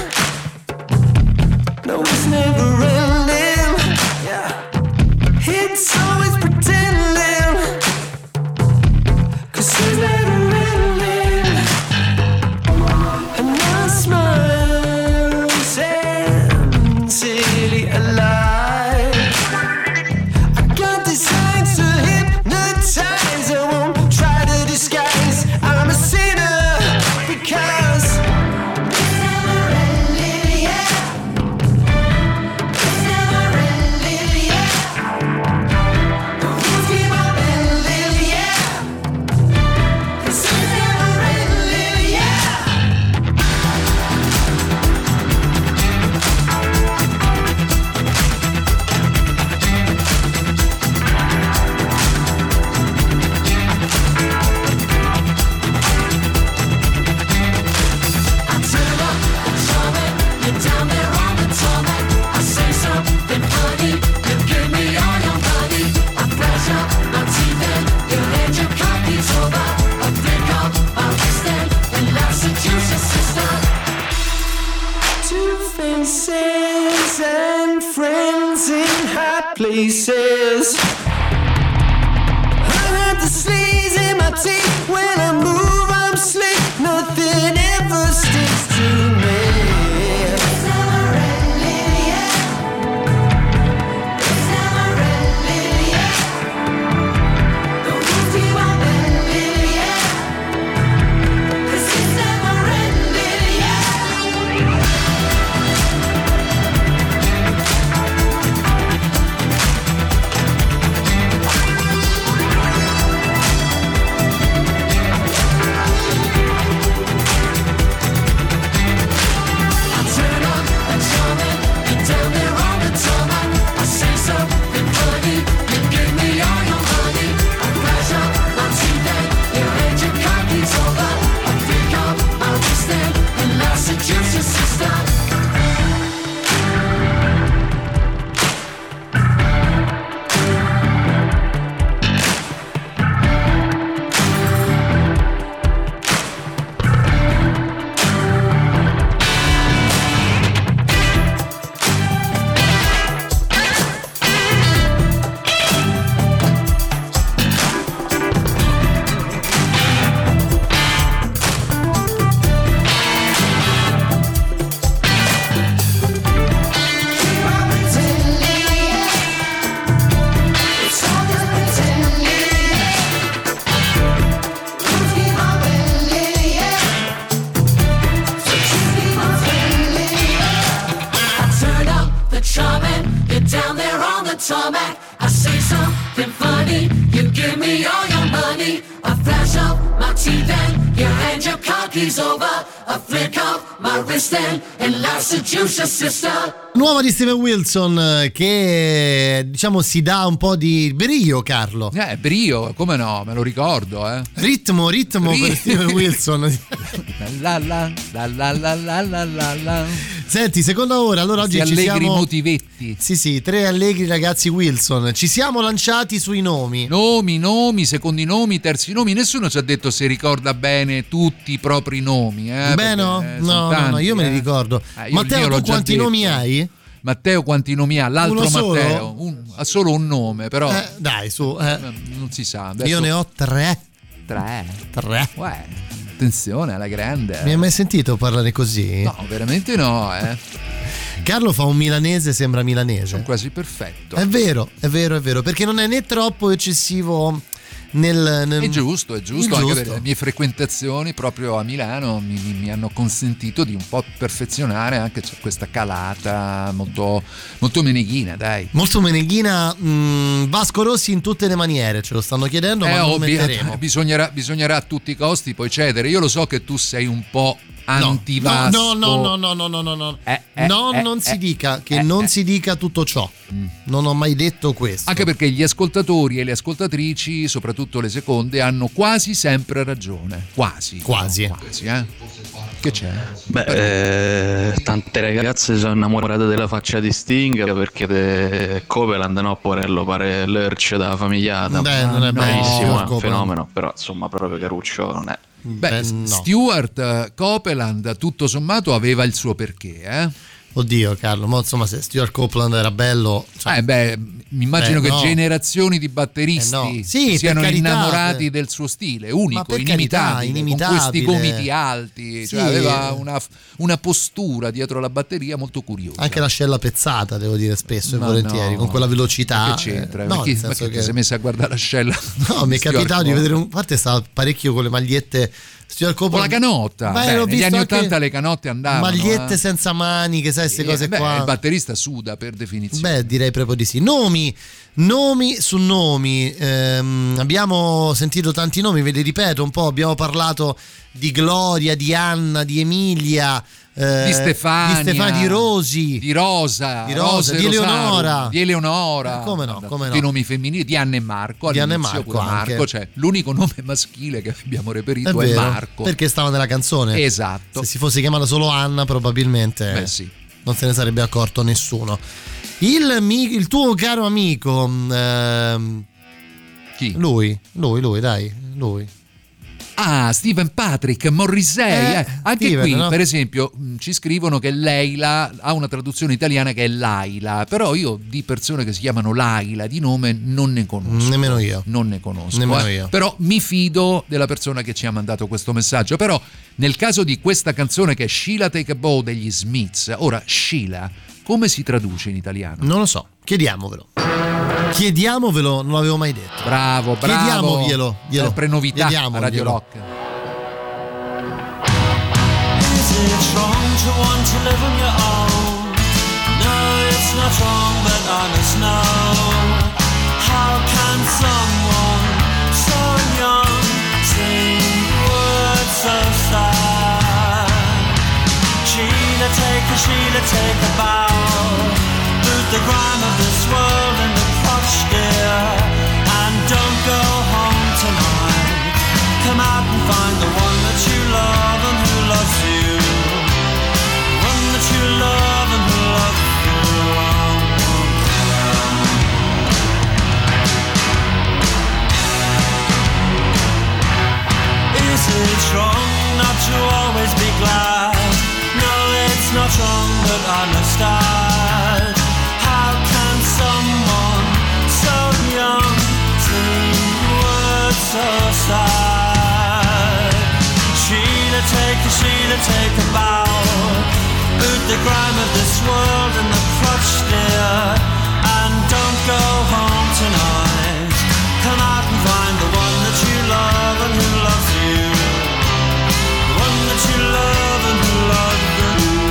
No, it's never ending. Yeah. It's always pretending. 'Cause it's never ending. And I smile sincerely alive. I got these signs to hypnotize. I won't try to disguise. I'm a sinner because it's never ending, yeah. It's never ending, yeah. The rules keep on bending, yeah. 'Cause it's never ending, yeah. Two faces and friends in high places. I have the sleaze in my teeth. When I move, I'm slick. Nothing ever sticks to me. It's never ending, yeah. It's never ending, yeah. The rules keep on bending, yeah. 'Cause it's never ending, yeah. I turn up and charming, you're down there on the tarmac. I say something funny, you give me all your money. I flash up my teeth and you hand your car keys over. I pick up my wrist and I seduce your sister. It's all just pretending, rules keep on bending, yeah. So just keep on bending. I turn up the charming, you're down there on the tarmac. I say something funny, you give me all your money. I flash up my teeth and you hand your car keys over. I flick up my wrist and I seduce your sister. Nuova di Steven Wilson, eh, che diciamo si dà un po' di brio, Carlo. Eh, brio, come no, me lo ricordo, eh. Ritmo, ritmo Ri- per Steven Wilson. La la la la la la la la la. Senti, seconda ora, allora oggi Questi ci allegri siamo... motivetti. Sì, sì, tre allegri ragazzi Wilson. Ci siamo lanciati sui nomi. Nomi, nomi, secondi nomi, terzi nomi. Nessuno ci ha detto se ricorda bene tutti i propri nomi. Eh, Beh, no, perché, eh, no, sono no, tanti, no, io me eh. li ricordo. Eh, io il Matteo, mio l'ho tu già quanti detto. nomi hai? Matteo quanti nomi ha? L'altro Uno solo? Matteo un- ha solo un nome, però Eh, dai, su. eh. non si sa. Adesso- Io ne ho tre. tre. Tre. Uè, attenzione alla grande. Mi hai mai sentito parlare così? No, veramente no, eh. Carlo fa un milanese, sembra milanese. Sono quasi perfetto. È vero, è vero, è vero, perché non è né troppo eccessivo nel, nel... È giusto, è giusto, È anche giusto. perché le mie frequentazioni proprio a Milano mi, mi- mi hanno consentito di un po' perfezionare anche c'è questa calata molto, molto meneghina, dai. Molto meneghina, mh, Vasco Rossi in tutte le maniere, ce lo stanno chiedendo, Eh, ma non lo ovvio, metteremo. bisognerà, bisognerà a tutti i costi poi cedere. Io lo so che tu sei un po' anti-Vasco. No, no, no, no, no, no, no, no. Eh, eh, no, eh, non si eh, dica che eh, non eh. si dica tutto ciò. Non ho mai detto questo. Anche perché gli ascoltatori e le ascoltatrici, soprattutto le seconde, hanno quasi sempre ragione. Quasi. Quasi. Quasi, eh? Che c'è? Beh, eh, tante ragazze sono innamorate della faccia di Sting perché de Copeland, no, porello, pare l'Urch da famigliata. Beh, non è bellissimo, bello, è un Copeland. fenomeno, però insomma proprio Caruccio non è. Beh, no. Stewart eh, Copeland tutto sommato aveva il suo perché, eh? Oddio, Carlo, ma insomma, se Stuart Copeland era bello, cioè, Eh beh, mi immagino Beh, che no. generazioni di batteristi Eh, no. Sì, per siano carità, innamorati per- del suo stile, Ma unico, per inimitabile, carità, inimitabile. con questi gomiti alti, Sì. cioè aveva una, una postura dietro la batteria molto curiosa. anche l'ascella pezzata, devo dire, spesso e Ma volentieri, no. con quella velocità. Ma che c'entra? eh, ma no, chi, nel ma senso chi ti che- sei messo a guardare l'ascella? No, mi è Stuart capitato di Copeland? vedere un. A parte stava parecchio con le magliette Stuart Con Copeland. la canotta. Ma Beh, l'ho negli visto anni anche ottanta le canotte andavano. magliette eh. senza maniche, sai, queste Eh, cose beh, qua. il batterista suda per definizione. Beh, direi proprio di sì. Nomi, nomi su nomi. Ehm, abbiamo sentito tanti nomi, ve li ripeto un po'. Abbiamo parlato di Gloria, di Anna, di Emilia, eh, Di Stefania, di Stefania, di Rosi, di Rosa, di Rosa, Rosa e di Rosario, Eleonora. di Eleonora, Eh, come no, come no. tutti i nomi femminili, di Anna e Marco, Di Anna e all'inizio Marco pure anche. Marco, cioè l'unico nome maschile che abbiamo reperito È è, vero, Marco. perché stava nella canzone. Esatto. Se si fosse chiamata solo Anna, probabilmente Beh, sì. non se ne sarebbe accorto nessuno. Il, mi- il tuo caro amico, ehm, Chi? lui, lui, lui, dai, lui. Ah, Steven Patrick Morrissey, Eh, eh. Anche Steven, qui, no? per esempio, mh, ci scrivono che Leila ha una traduzione italiana che è Laila, però io di persone che si chiamano Laila di nome non ne conosco. Nemmeno io. Non ne conosco. Nemmeno eh. io. Però mi fido della persona che ci ha mandato questo messaggio. Però nel caso di questa canzone che è Sheila Take a Bow degli Smiths, ora Sheila, come si traduce in italiano? Non lo so, chiediamovelo. Chiediamovelo, non l'avevo mai detto. Bravo, bravo. Chiediamoglielo, glielo. Sempre novità a Chiediamoglielo. Radio Rock. Is it wrong to want to live on your own? No, it's not wrong, but I must know. How can someone so young sing words so sad? Sheila, take a Sheila, take a bow. Boot the grime of this world in the crotch, dear, and don't go home tonight. Come out and find the one that you love and who loves you. One that you love and who loves you. Is it wrong not to always be glad? No, it's not wrong, but I must add. How can someone so young sing words so sad? Sheila, take a Sheila, take a bow. Boot the grime of this world in the crotch, dear, and don't go home tonight. Come out and find the one that you love and who loves you. The one that you love and who loves you.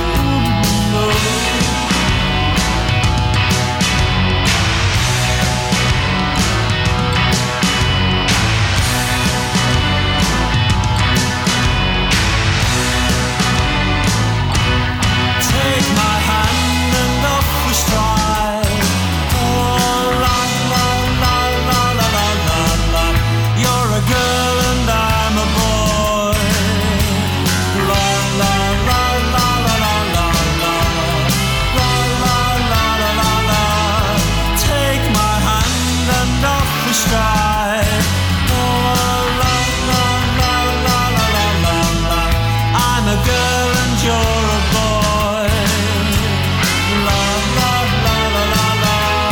Take my hand and off we stride. Oh, la la la la la la la la. You're a girl and I'm a boy. La la la la la la la la. La la la la la la. Take my hand and off we stride. Oh, la la la la la la la la. I'm a girl and you're a boy. La la la la la la.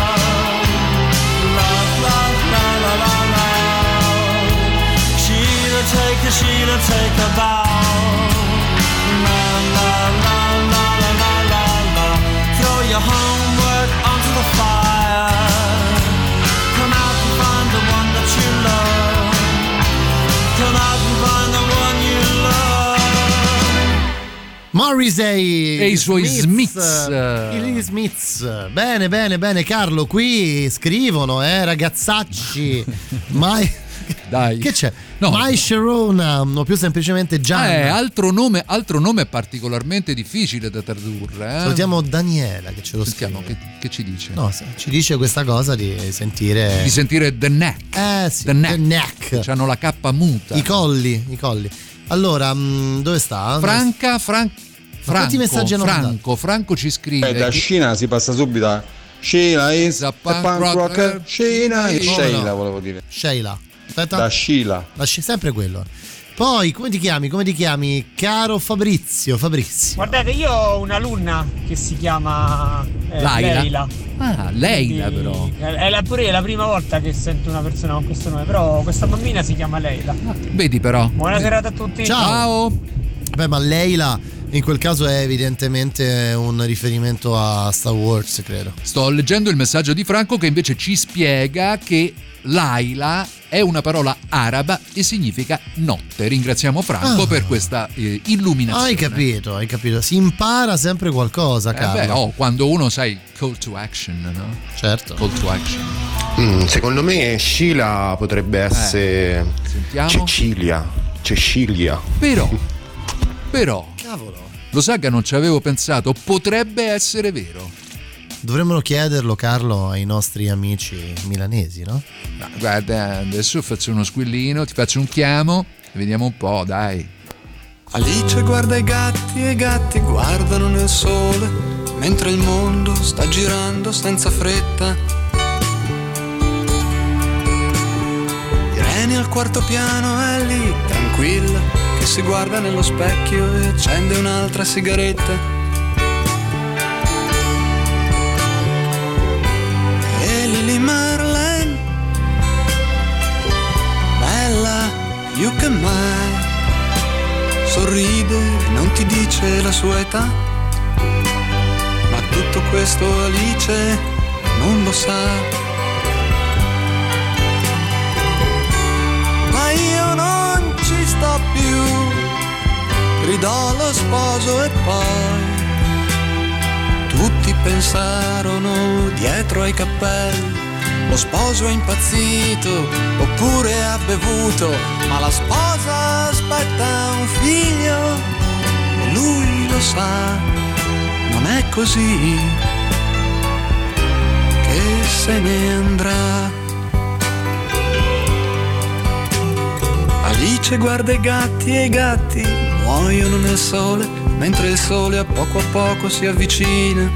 La la la la la la. Sheila, take a Sheila, take a bow. La la la la la la la la. Throw your homework onto the fire. Come out and find the one that you love. Morrissey e i suoi Smiths. I Smiths. Bene, bene, bene, Carlo. Qui scrivono, eh, ragazzacci. Mai. Dai. Che c'è? No. My Sharona, o più semplicemente Gianna. Eh, altro nome, altro nome particolarmente difficile da tradurre. Eh? Salutiamo Daniela che ce lo Sentiamo, scrive. che, che ci dice? No, ci dice questa cosa di sentire. Di sentire The Neck. Eh sì, The Neck. The Neck. C'hanno la K muta. I colli, i colli. Allora, mh, dove sta? Franca, Fran... Franco, messaggi hanno Franco, mandato? Franco ci scrive. Eh, da Scina si passa subito a Sheila is a punk rocker. Sheila e Sheila volevo dire. Sheila. Aspetta. Da Sheila. Da Sci- sempre quello. Poi, come ti chiami? Come ti chiami? Caro Fabrizio, Fabrizio. Guardate, io ho un'alunna che si chiama eh, Laila. Leila. Ah, Leila Quindi, però. È la, pure la prima volta che sento una persona con questo nome, però questa bambina si chiama Leila. Vedi però. Buona serata a tutti. Ciao. Beh, ma Leila in quel caso è evidentemente un riferimento a Star Wars, credo. Sto leggendo il messaggio di Franco che invece ci spiega che Laila è una parola araba e significa notte. Ringraziamo Franco Ah. per questa eh, illuminazione. Hai capito, hai capito. Si impara sempre qualcosa, Eh Carlo. beh, oh, quando uno sai call to action, no? Certo. Call to action. Mm, secondo me Sheila potrebbe essere Sentiamo. Cecilia. Cecilia. Però, però, Cavolo. lo sa che non ci avevo pensato, potrebbe essere vero. Dovremmo chiederlo, Carlo, ai nostri amici milanesi, no? Ma guarda, adesso faccio uno squillino, ti faccio un chiamo, vediamo un po', dai. Alice guarda i gatti e i gatti guardano nel sole, mentre il mondo sta girando senza fretta. Irene al quarto piano è lì, tranquilla, che si guarda nello specchio e accende un'altra sigaretta. E Lily Marlene, bella più che mai, sorride e non ti dice la sua età, ma tutto questo Alice non lo sa. Ma io non ci sto più, gridò lo sposo e poi tutti pensarono dietro ai cappelli, lo sposo è impazzito oppure ha bevuto, ma la sposa aspetta un figlio e lui lo sa, non è così che se ne andrà. Alice guarda i gatti e i gatti muoiono nel sole, mentre il sole a poco a poco si avvicina.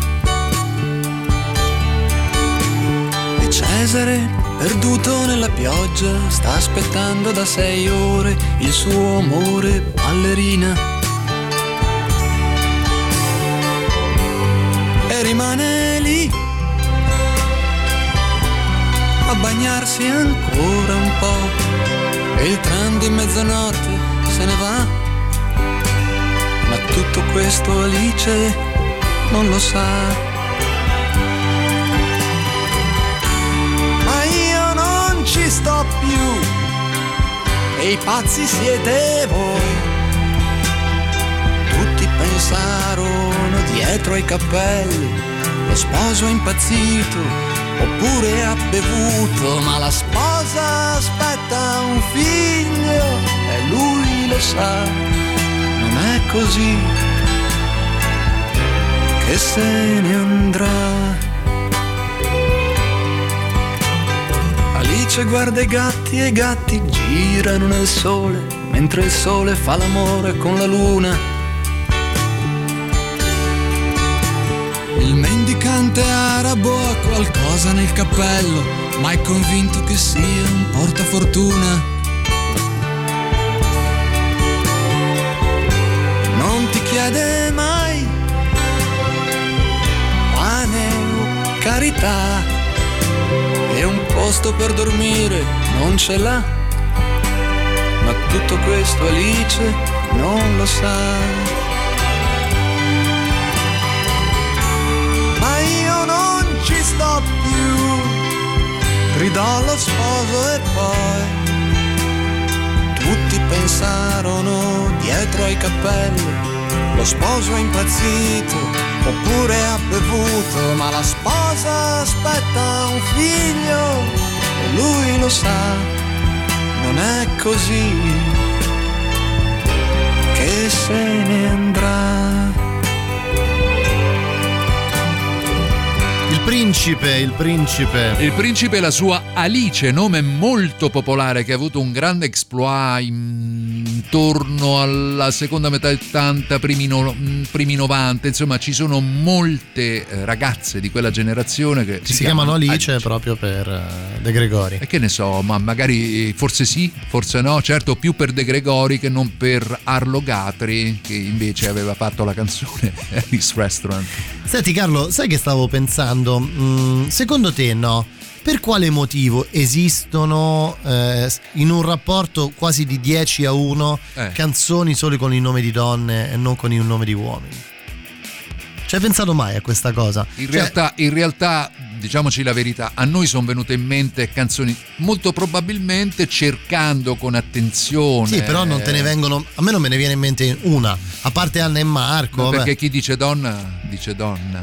E Cesare, perduto nella pioggia, sta aspettando da sei ore il suo amore ballerina. E rimane lì a bagnarsi ancora un po', e il tram di mezzanotte se ne va, ma tutto questo Alice non lo sa. Ma io non ci sto più, e i pazzi siete voi. Tutti pensarono dietro ai cappelli, lo sposo è impazzito oppure ha bevuto, ma la sposa aspetta un figlio e lui lo sa, non è così che se ne andrà. Alice guarda i gatti e i gatti girano nel sole, mentre il sole fa l'amore con la luna. Il mendicante arabo ha qualcosa nel cappello, ma è convinto che sia un portafortuna. Non ti chiede mai pane o carità, e un posto per dormire non ce l'ha, ma tutto questo Alice non lo sa. Ci sto più, gridò lo sposo e poi tutti pensarono dietro ai cappelli, lo sposo è impazzito oppure ha bevuto, ma la sposa aspetta un figlio e lui lo sa, non è così che se ne andrà. Il principe, il principe. Il principe e la sua Alice, nome molto popolare che ha avuto un grande exploit intorno alla seconda metà del ottanta, primi, no, primi novanta, insomma ci sono molte ragazze di quella generazione che si, si chiamano Alice, Alice proprio per De Gregori. E che ne so, ma magari forse sì, forse no, certo più per De Gregori che non per Arlo Guthrie, che invece aveva fatto la canzone Alice Restaurant. Senti Carlo, sai che stavo pensando? Mm, secondo te no? Per quale motivo esistono eh, in un rapporto quasi di dieci a uno eh. canzoni solo con il nome di donne e non con il nome di uomini? Ci hai pensato mai a questa cosa? In, cioè, realtà, in realtà, diciamoci la verità, a noi sono venute in mente canzoni molto probabilmente cercando con attenzione. Sì, però non te ne vengono, a me non me ne viene in mente una, a parte Anna e Marco. No, perché chi dice donna, dice donna.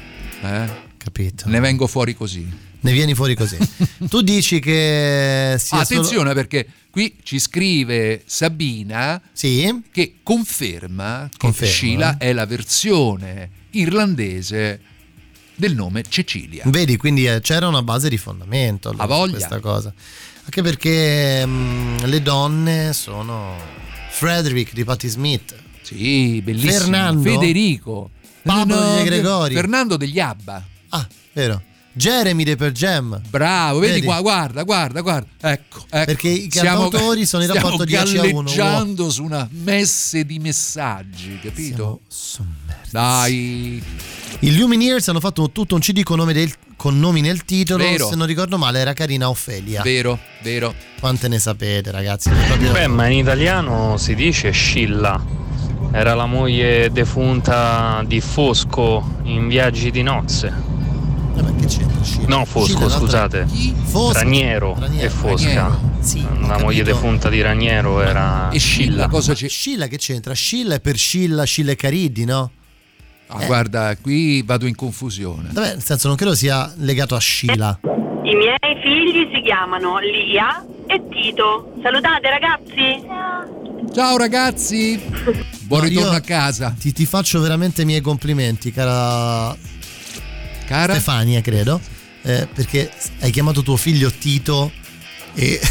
Eh? Capito. Ne vengo fuori così. Ne vieni fuori così. Tu dici che sia ah, attenzione solo... perché qui ci scrive Sabina sì? che conferma, conferma che Sheila è la versione irlandese del nome Cecilia. Vedi, quindi c'era una base di fondamento allora, a voglia questa cosa. Anche perché mh, le donne sono Frederick di Patti Smith. Sì, bellissimo. Fernando, Federico, Pablo no, De Gregori, Fernando degli Abba. Ah, vero. Jeremy De Per Jam. Bravo, vedi, vedi qua, guarda, guarda, guarda. Ecco, ecco. Perché i cantautori sono in rapporto dieci a uno. Stiamo galleggiando su una messe di messaggi, capito? Siamo sommersi. Dai. I Lumineers hanno fatto tutto un C D con, nome del, con nomi nel titolo. Vero. Se non ricordo male era Carina Ofelia. Vero, vero. Quante ne sapete, ragazzi? Proprio... Beh, ma in italiano si dice Scilla. Era la moglie defunta di Fosco in Viaggi di nozze. Ma che c'entra? Scilla? No, Fosco, Scilla, scusate. Fosco. Raniero, Raniero e Fosca. Raniero. Sì, la moglie defunta di Raniero era e Scilla. Cosa c'è? Scilla che c'entra? Scilla è per Scilla, Scilla e Cariddi, no? Ah, eh. Guarda, qui vado in confusione. Vabbè, nel senso non credo sia legato a Scilla. I miei figli si chiamano Lia e Tito. Salutate ragazzi. Ciao ragazzi. Buon no, ritorno a casa. Ti, ti faccio veramente i miei complimenti, cara, cara? Stefania, credo, eh, perché hai chiamato tuo figlio Tito e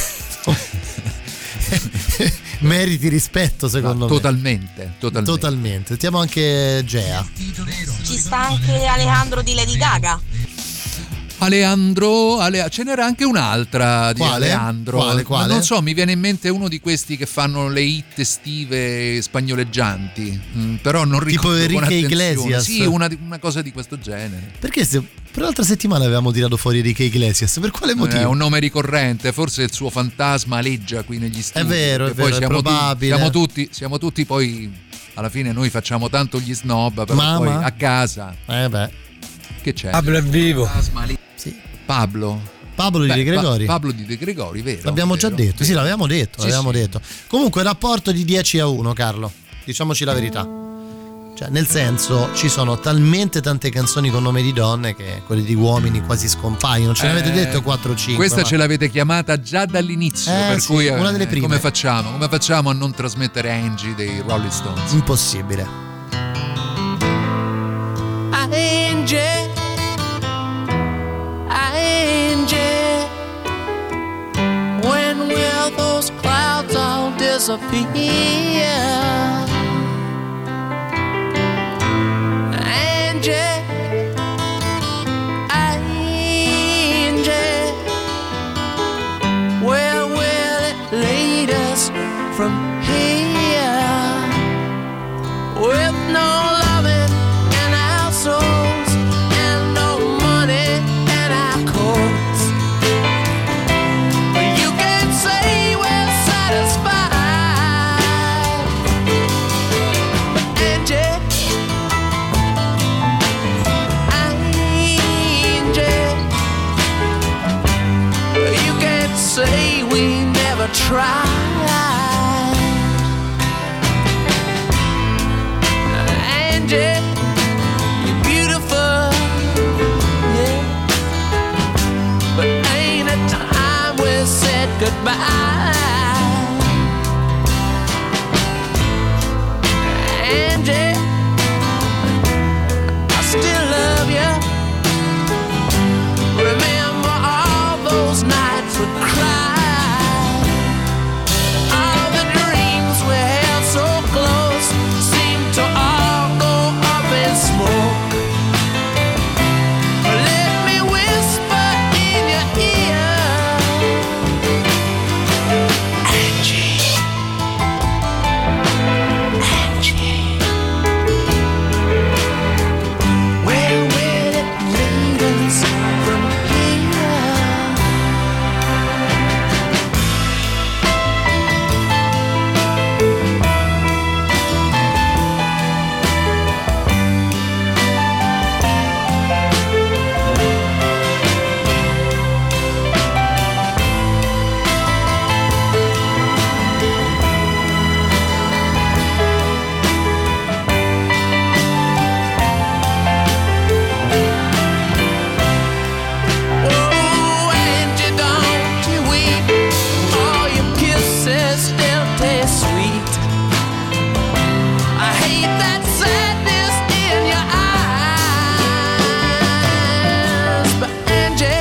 meriti rispetto, secondo no, me. Totalmente, totalmente. Totalmente. Sentiamo anche Gea. Ci sta anche Alejandro di Lady Gaga. Aleandro, Ale... ce n'era anche un'altra di quale? Aleandro. Quale, quale? Ma non so, mi viene in mente uno di questi che fanno le hit estive spagnoleggianti, mm, però non ricordo. Tipo Enrique Iglesias. Sì, una, una cosa di questo genere. Perché se per l'altra settimana avevamo tirato fuori Enrique Iglesias, per quale motivo? È un nome ricorrente, forse il suo fantasma aleggia qui negli studi. È vero, è vero, poi è siamo probabile. Tu, siamo tutti, siamo tutti poi alla fine noi facciamo tanto gli snob, però Mamma. poi a casa. Eh beh. Che c'è? Pablo è vivo. Sì. Pablo Pablo di Beh, De Gregori pa- Pablo di De Gregori, vero? L'abbiamo vero, già detto, vero. sì, l'avevamo detto, Sì, l'avevamo sì. detto. Comunque rapporto di dieci a uno, Carlo. Diciamoci la verità. Cioè, nel senso, ci sono talmente tante canzoni con nome di donne che quelle di uomini quasi scompaiono. Ce ne avete Eh, detto quattro o cinque. Questa ma... ce l'avete chiamata già dall'inizio, Eh, per sì, cui una delle eh, prime. come facciamo? Come facciamo a non trasmettere Angie dei Rolling Stones? Impossibile. Angie, Angie, when will those clouds all disappear? Angie, Angie, where will it lead us from here? With no loving in our souls and no money in our coats, you can say we're satisfied. Angie, Angie, you can say we never tried. Angie, I still love you. Remember all those nights we cried, all the dreams we held so close seemed to all go up in smoke. Let me whisper in your ear, Angie, Angie, where will it lead us from here? Oh, Angie, don't you weep. All your kisses still taste sweet. I hate that sadness in your eyes, but Angie,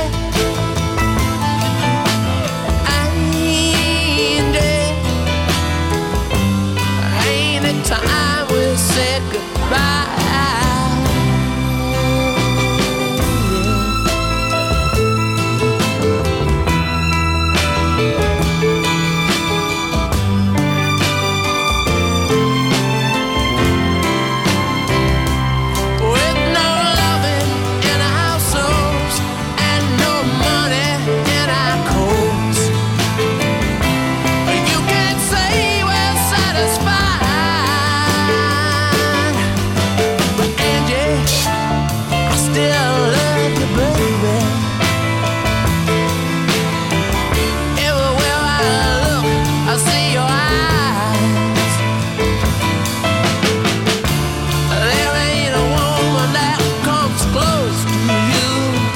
Angie, ain't it time we said goodbye? With no loving in our households and no money in our coats, you can't say we're satisfied. But Angie, I still love you, baby. Everywhere I look, I see your eyes. There ain't a woman that comes close to you.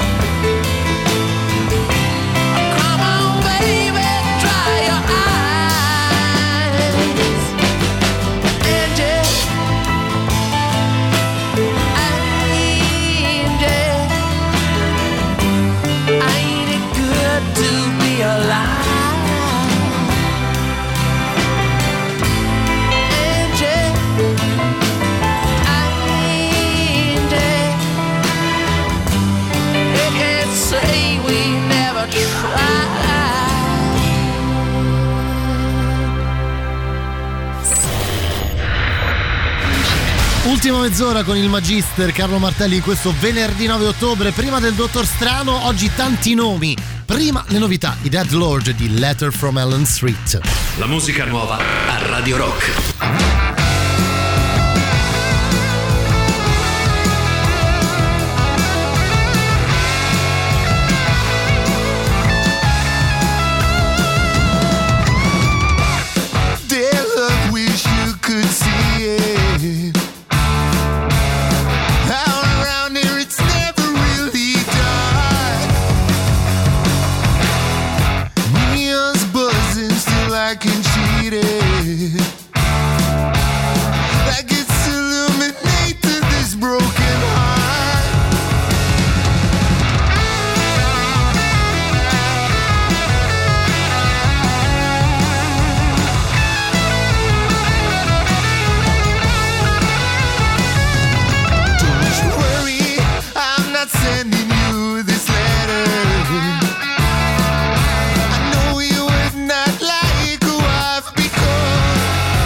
Come on, baby, dry your eyes. Angie, Angie, ain't it good to be alive? Angie, Angie, you can't say we never tried. Ultima mezz'ora con il Magister Carlo Martelli in questo venerdì nove ottobre. Prima del Dottor Strano, oggi tanti nomi. Prima le novità, i Dead Lord di Letter from Ellen Street. La musica nuova a Radio Rock. Dear love, wish you could see it. Out around here, it's never really dark. Neon's buzzing, still I can cheat it. Like it's illuminate to this broken heart. Don't you worry, I'm not sending you this letter. I know you would not like who I've become.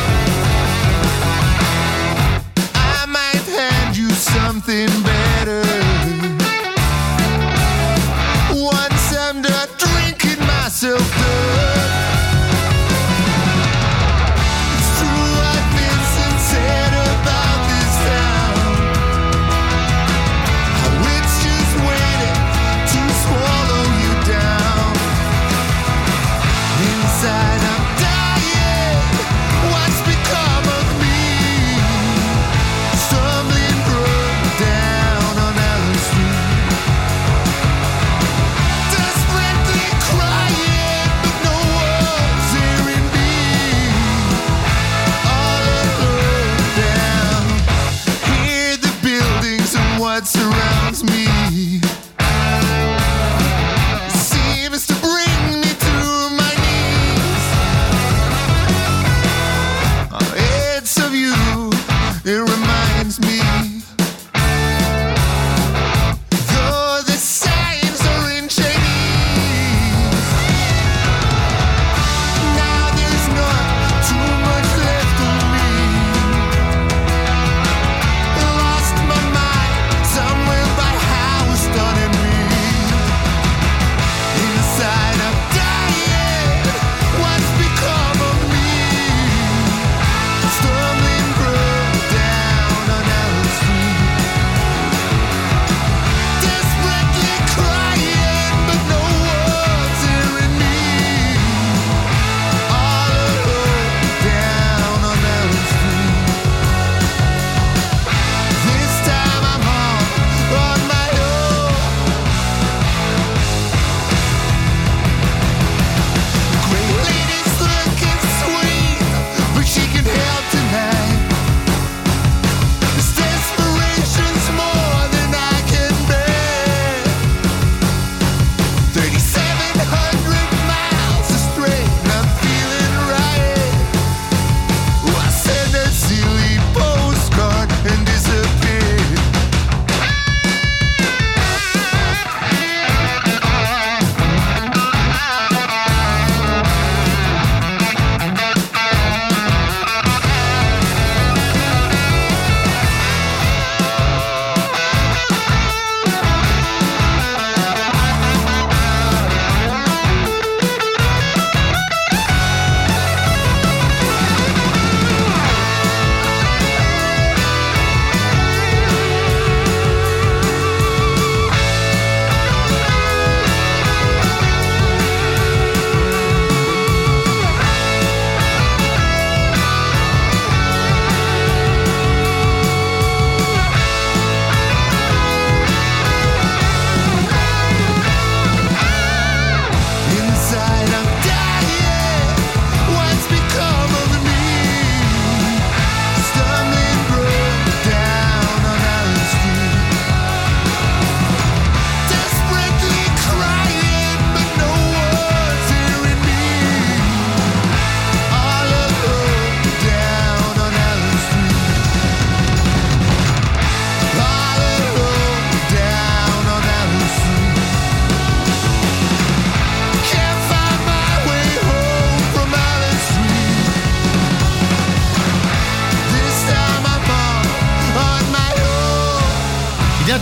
I might hand you something better once I'm done drinking myself up. It's true, I've been sincere about this town. How it's just waiting to swallow you down. Inside I'm dying. What's become of me? Stumbling broke down on Allen Street. Desperately crying, but no one's hearing me. All alone down.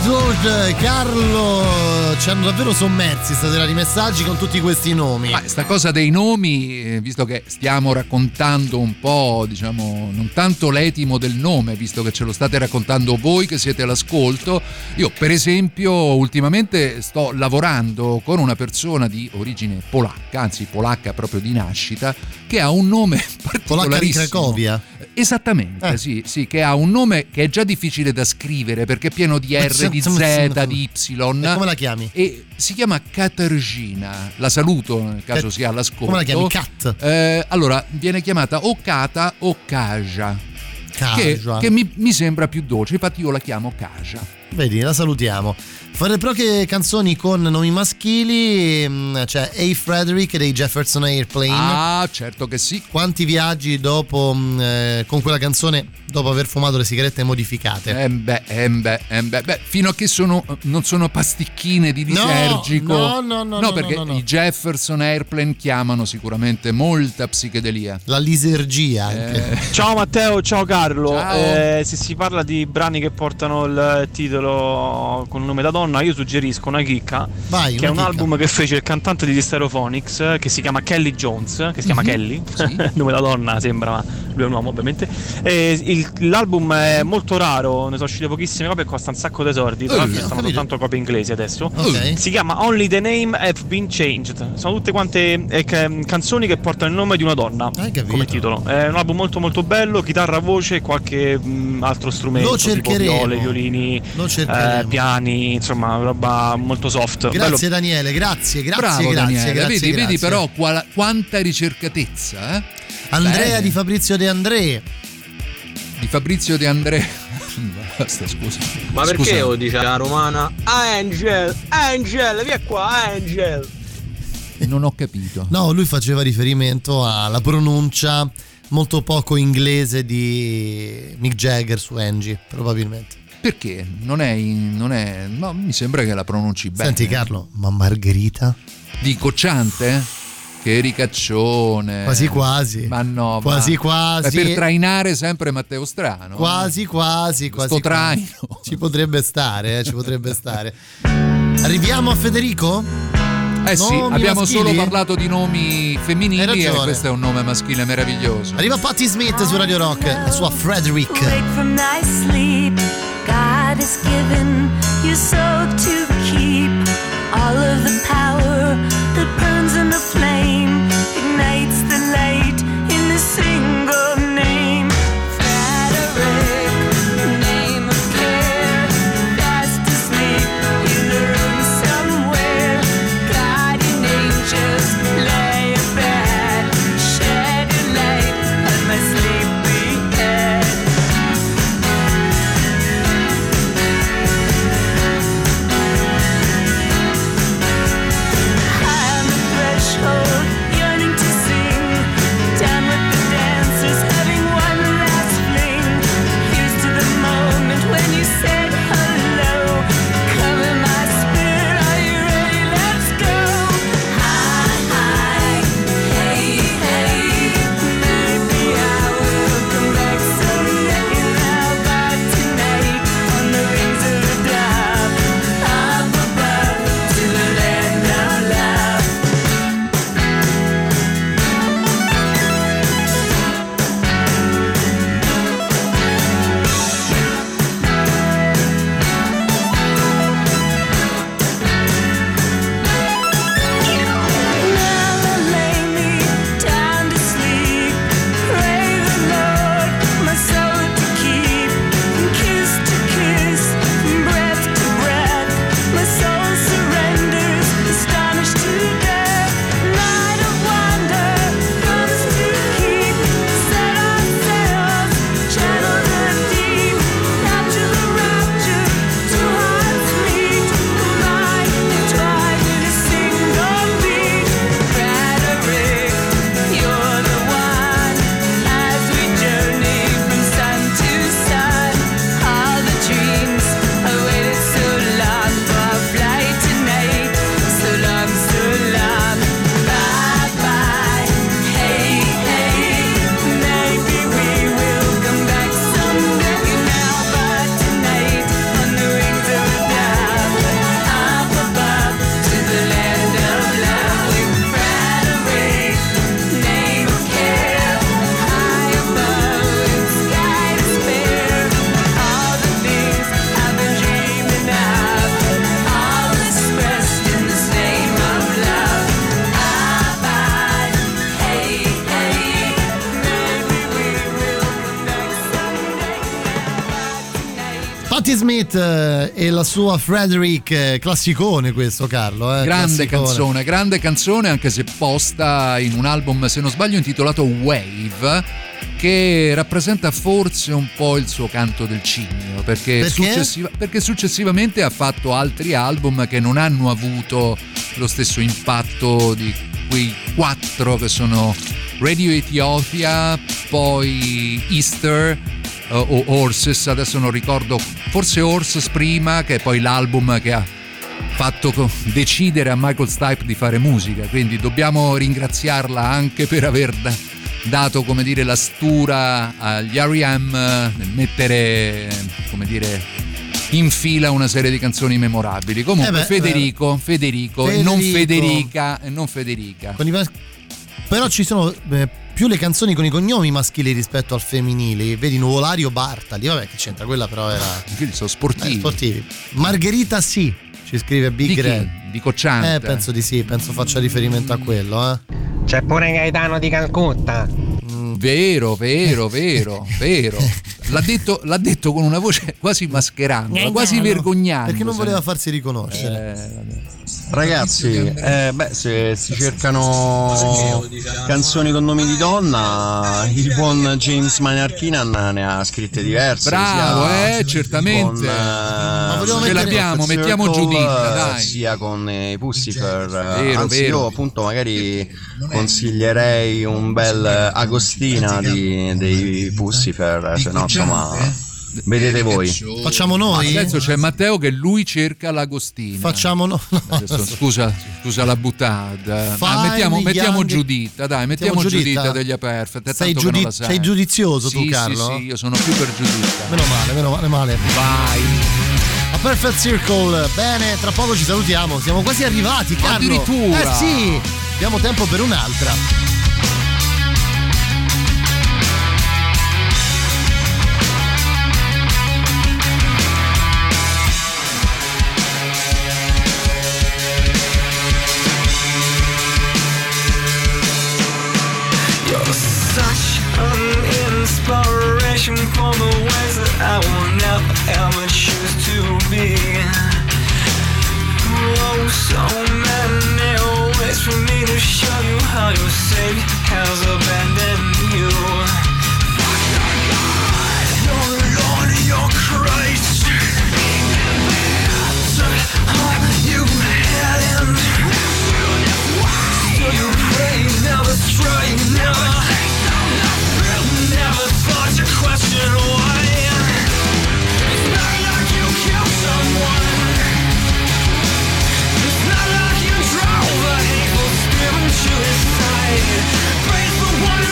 George, Carlo, ci hanno davvero sommersi stasera di messaggi con tutti questi nomi. Ma sta cosa dei nomi, eh, visto che stiamo raccontando un po', diciamo, non tanto l'etimo del nome, visto che ce lo state raccontando voi che siete all'ascolto, io per esempio ultimamente sto lavorando con una persona di origine polacca, anzi polacca proprio di nascita, che ha un nome particolarissimo. Polacca di Cracovia? Esattamente, eh. sì, sì, che ha un nome che è già difficile da scrivere perché è pieno di R, di Z, di Y. E come la chiami? E si chiama Katarzyna, la saluto nel caso Cat- sia all'ascolto. Come la chiami? Kat? Eh, allora, viene chiamata o Kata o Kaja, che, che mi, mi sembra più dolce, infatti io la chiamo Kaja. Vedi, la salutiamo. Fare proprie canzoni con nomi maschili, c'è A. Frederick dei Jefferson Airplane. Ah, certo che sì. Quanti viaggi dopo eh, con quella canzone dopo aver fumato le sigarette modificate? Eh beh, eh beh, eh beh, beh, fino a che sono, non sono pasticchine di disergico. No, no, no, no, no perché no, no, no. i Jefferson Airplane chiamano sicuramente molta psichedelia. La lisergia anche. Eh. Ciao Matteo, ciao Carlo. Ciao. Eh, se si parla di brani che portano il titolo con il nome da donna, io suggerisco una chicca. Vai, che una è un chicca. album che fece il cantante di Stereophonics, che si chiama Kelly Jones, che si chiama Mm-hmm. Kelly, Sì. nome da donna sembra, ma lui è un uomo ovviamente. E il, l'album è molto raro, ne sono uscite pochissime copie e costa un sacco di soldi, tra l'altro Uh, stanno capito. soltanto copie inglesi adesso. Ok. Si chiama Only the Name Have Been Changed, sono tutte quante eh, che- canzoni che portano il nome di una donna Hai capito? come titolo. È un album molto molto bello, chitarra, voce e qualche mh, altro strumento, Lo tipo cercheremo. viole, violini, Lo cercheremo. eh, piani, insomma roba molto soft. Grazie Bello. Daniele, grazie, grazie, Bravo grazie, Daniele, grazie, vedi, grazie. vedi però qual- quanta ricercatezza, eh? Andrea Bene. di Fabrizio De André. Di Fabrizio De André. Basta, scusa. Ma perché Scusa. lo dice la romana? Angel, Angel, via qua, Angel. Non ho capito. No, lui faceva riferimento alla pronuncia molto poco inglese di Mick Jagger su Angie, probabilmente. Perché? Non è, in- non è. No, mi sembra che la pronunci bene. Senti Carlo, ma Margherita? Di Cocciante? Che ricaccione. Quasi quasi. Ma no, Quasi ma- quasi. È per trainare sempre Matteo Strano. Quasi quasi quasi. Sto quasi. traino. Ci potrebbe stare, eh, ci potrebbe stare. Arriviamo a Federico? Eh sì, Nomi abbiamo maschili? solo parlato di nomi femminili Hai e ragione. questo è un nome maschile meraviglioso. Arriva Patti Smith su Radio Rock, la sua Frederick. Wake from thy sleep, God has given you soul to keep. All of the power that burns in the flame ignites the light in a single name. Frederick, name of care, fast asleep in a room somewhere. Guardian angels lay in bed, shed a light on my sleepy head. High on the Patti Smith eh, e la sua Frederick, eh, classicone questo, Carlo. Eh, grande classicone. canzone, grande canzone, anche se posta in un album, se non sbaglio, intitolato Wave, che rappresenta forse un po' il suo canto del cigno, perché, perché? Successiva, perché successivamente ha fatto altri album che non hanno avuto lo stesso impatto di quei quattro che sono Radio Ethiopia, poi Easter uh, o Horses, adesso non ricordo, forse Horses prima, che è poi l'album che ha fatto decidere a Michael Stipe di fare musica, quindi dobbiamo ringraziarla anche per aver da, dato, come dire, la stura agli R E M nel mettere, come dire, in fila una serie di canzoni memorabili. Comunque eh beh, Federico, Federico, Federico e non Federica e non Federica. Con i mas- però ci sono eh, più le canzoni con i cognomi maschili rispetto al femminile. Vedi Nuvolario Bartali, vabbè, che c'entra, quella però era quelli sono sportivi. Eh, sportivi. Margherita sì, ci scrive Big di Red. Di Cocciante. Eh, penso di sì, penso faccia riferimento a quello, eh. C'è pure Gaetano di Calcutta. Mm. Vero, vero, vero, vero. L'ha detto, l'ha detto con una voce quasi mascherando, quasi vergognando. Perché non voleva farsi riconoscere. Eh, Ragazzi, eh, beh, se si cercano canzoni con nomi di donna, il buon James Maynard Keenan ne ha scritte diverse. Bravo, sia eh, certamente. Con, eh, ce mettere l'abbiamo, mettiamo Circle, Giuditta, dai. sia con i Pussifer. Vero, Anzi, vero. io appunto magari consiglierei un bel Agostina di, dei Pussifer, se no insomma vedete voi. Facciamo noi? Adesso c'è Matteo che lui cerca l'Agostina. Facciamo no. Adesso, scusa, scusa la buttata. Ma Fine mettiamo, mettiamo young- Giuditta, dai, mettiamo Mettiamo Giuditta, Giuditta? degli Aperfect. Sei, tanto che giudi- non la sai. sei giudizioso tu, Sì, Carlo? Sì, sì, io sono più per Giuditta. Meno male, meno male, male. Vai. A Perfect Circle, bene, tra poco ci salutiamo, siamo quasi arrivati, Carlo. Addirittura. Eh sì, abbiamo tempo per un'altra. You're such an inspiration for the ways that I will never ever choose to be. Oh, so many ways for me to show you how your Savior has abandoned you. Fuck your God, your Lord, your Christ. You had him. So you pray, never stray, never, never thought to question why. It's not like you killed someone. It's not like you drove a hateful spirit to his side. Praise the one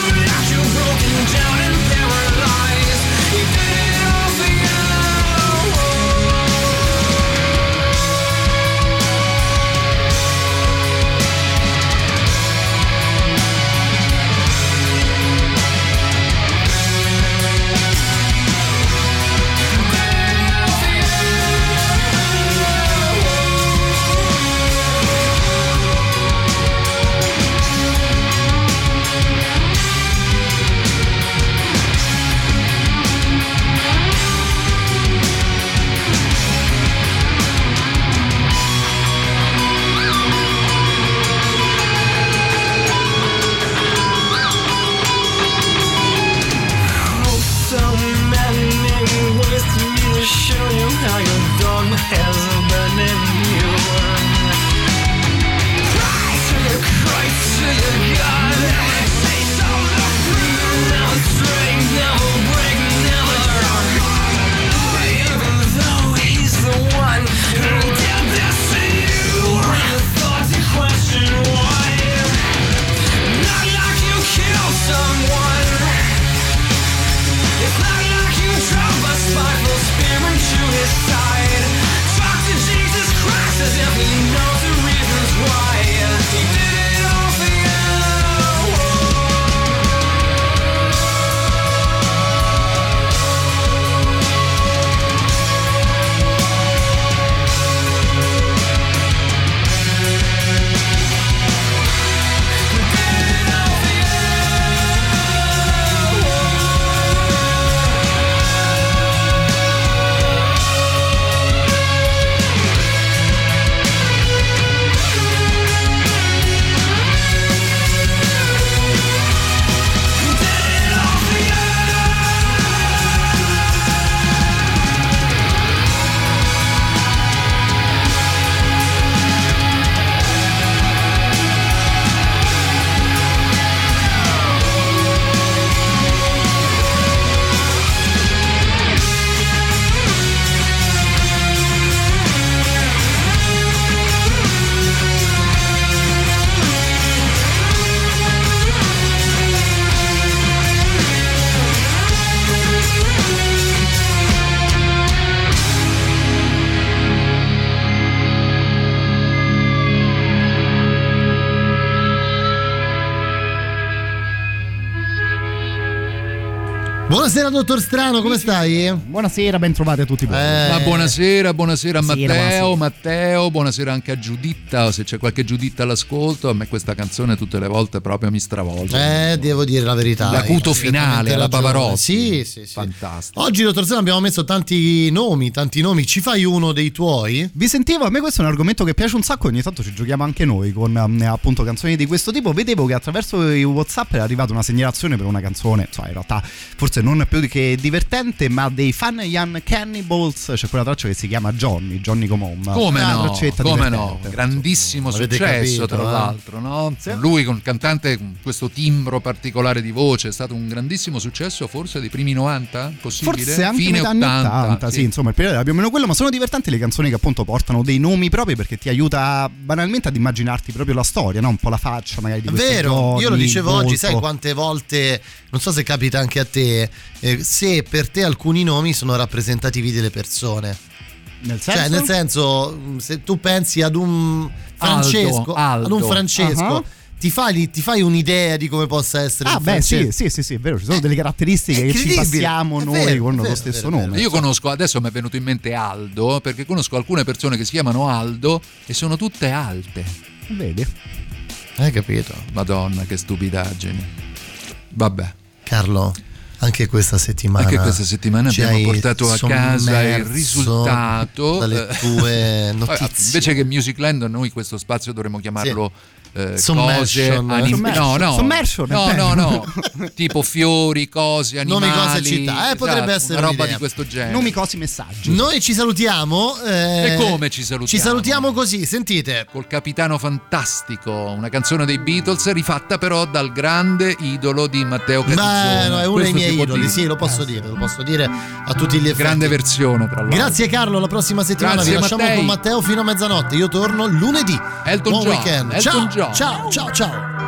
Buonasera dottor Strano, come stai? Buonasera, ben trovati a tutti voi. Eh. Ma buonasera, buonasera a Buonasera, Matteo, buonasera. Matteo, buonasera anche a Giuditta, se c'è qualche Giuditta all'ascolto, a me questa canzone tutte le volte proprio mi stravolge. Eh, devo dire la verità. L'acuto Hai finale perfettamente alla ragione. Pavarotti. Sì, sì, sì. Fantastico. Oggi dottor Strano abbiamo messo tanti nomi, tanti nomi. Ci fai uno dei tuoi? Vi sentivo, a me questo è un argomento che piace un sacco, ogni tanto ci giochiamo anche noi con um, appunto canzoni di questo tipo. Vedevo che attraverso i WhatsApp era arrivata una segnalazione per una canzone, insomma in realtà forse non più che divertente, ma dei Fun Young Cannibals. C'è quella traccia che si chiama Johnny, Johnny Come Home. Come Una no, traccetta come divertente. no, grandissimo Avete successo capito, tra eh? l'altro, no? Lui con cantante con questo timbro particolare di voce, è stato un grandissimo successo forse dei primi novanta, possibile? Forse anche Fine metà anni ottanta, ottanta, sì, insomma il periodo era più o meno quello, ma sono divertenti le canzoni che appunto portano dei nomi propri, perché ti aiuta banalmente ad immaginarti proprio la storia, no? Un po' la faccia magari di È questi vero, Johnny, io lo dicevo il oggi, volto. sai quante volte, non so se capita anche a te, eh, se per te alcuni nomi sono rappresentativi delle persone. Nel senso? Cioè, nel senso, se tu pensi ad un Francesco, Aldo, Aldo. ad un Francesco, Uh-huh. ti, fai, ti fai un'idea di come possa essere Ah il beh sì, Francesco. sì sì sì è vero, ci sono delle caratteristiche che ci incredibile. passiamo È noi vero, con è lo vero, stesso è vero, è nome. Io conosco, adesso mi è venuto in mente Aldo, perché conosco alcune persone che si chiamano Aldo e sono tutte alte. Vedi? Hai capito? Madonna, che stupidaggine. Vabbè. Carlo, anche questa settimana Anche questa settimana ci abbiamo hai portato a casa il sommerso risultato dalle eh, tue Vabbè, notizie. invece che Musicland, noi questo spazio dovremmo chiamarlo eh, cose, Submersion. anim- no, no, Submersion, no, è no, bello. no, tipo fiori, cose, animali, Nomi, cose, città. Eh, potrebbe esatto, essere una roba un'idea. di questo genere. Nomi, cosi, messaggi. Noi ci salutiamo. eh, E come ci salutiamo? Ci salutiamo così, sentite. Col Capitano Fantastico, una canzone dei Beatles rifatta però dal grande idolo di Matteo Catizzone. Beh, no, è uno dei Questo miei si può idoli, dire. sì, lo posso dire, lo posso dire a tutti gli effetti. Grande versione, tra l'altro. Grazie Carlo, la prossima settimana Grazie, vi lasciamo Mattei. con Matteo fino a mezzanotte. Io torno lunedì. Elton Buon John, weekend. Elton ciao, John. ciao, ciao, ciao.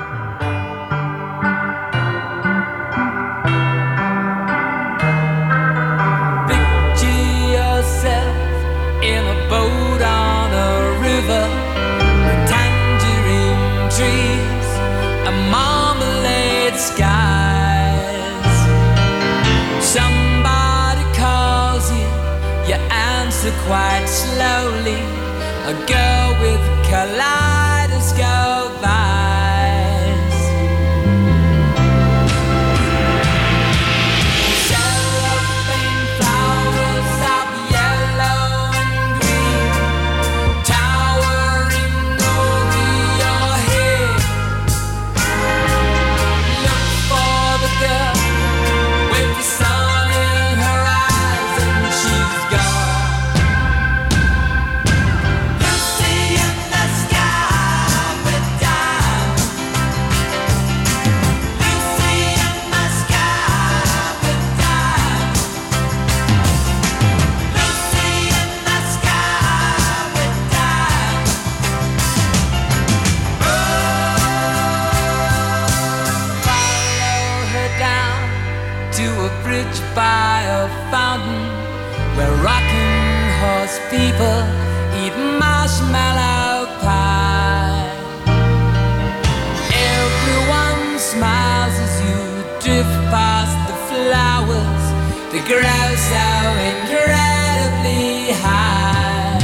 Picture yourself in a boat on a river with tangerine trees and marmalade skies. Somebody calls you, you answer quite slowly. A girl with kaleidoscope eyes. Cellophane flowers of yellow and green, towering over your head. Look for the girl with the sun in her eyes, and she's gone. Lucy in the sky with diamonds. Lucy in the sky with diamonds. Lucy in the sky with diamonds. Follow her down to a bridge by a fountain where rocking horse people eat marshmallow pie. Everyone smiles as you drift past the flowers that grow so incredibly high.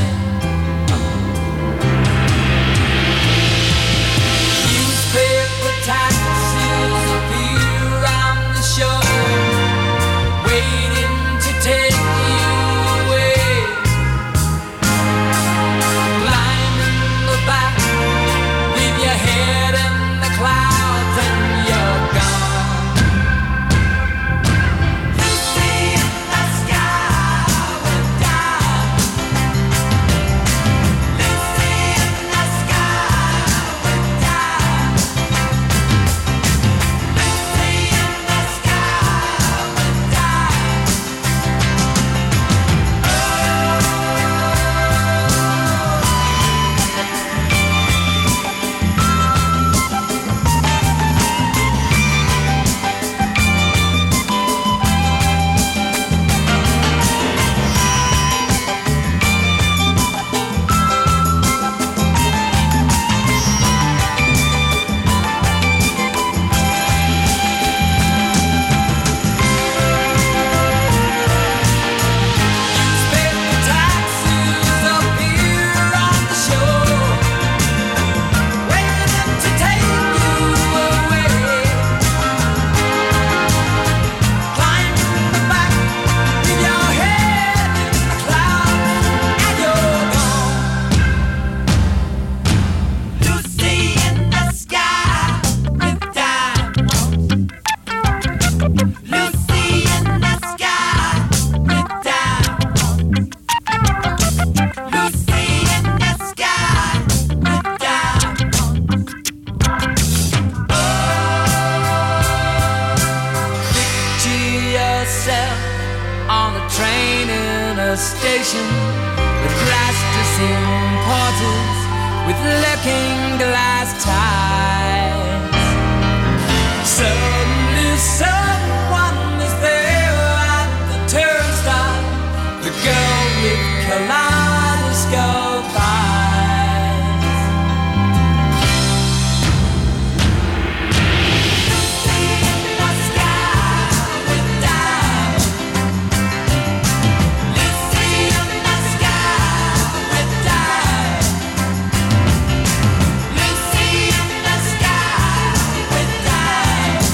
Newspaper taxis appear on the shore, waiting to take you away. Climb in the back, leave your head in the clouds, and you're gone. Lucy in the sky Lucy in the sky with diamonds. Lucy in the sky with diamonds. Picture yourself on a train in a station with plasticine porters with looking glass ties. Suddenly someone is there at the turnstile, the girl with kaleidoscope eyes. Lucy in the sky with diamonds. Lucy in the sky with diamonds. Lucy in the sky with diamonds.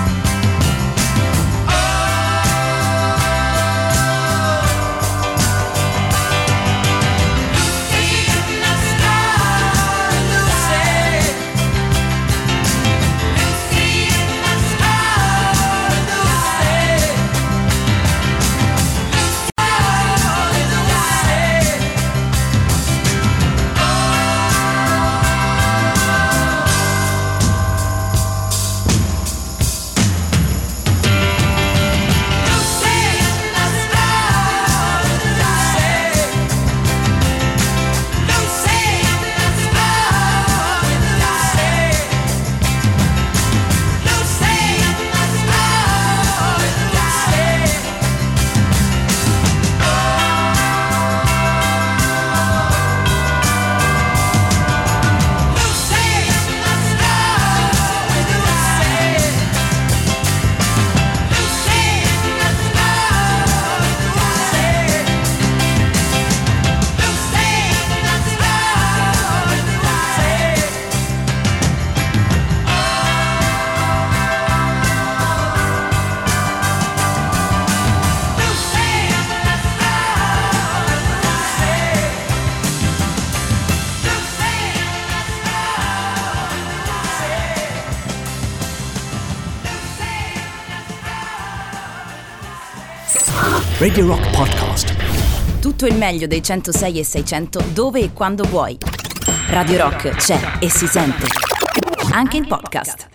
Radio Rock Podcast. Tutto il meglio dei centosei e seicento dove e quando vuoi. Radio Rock c'è e si sente. Anche in podcast.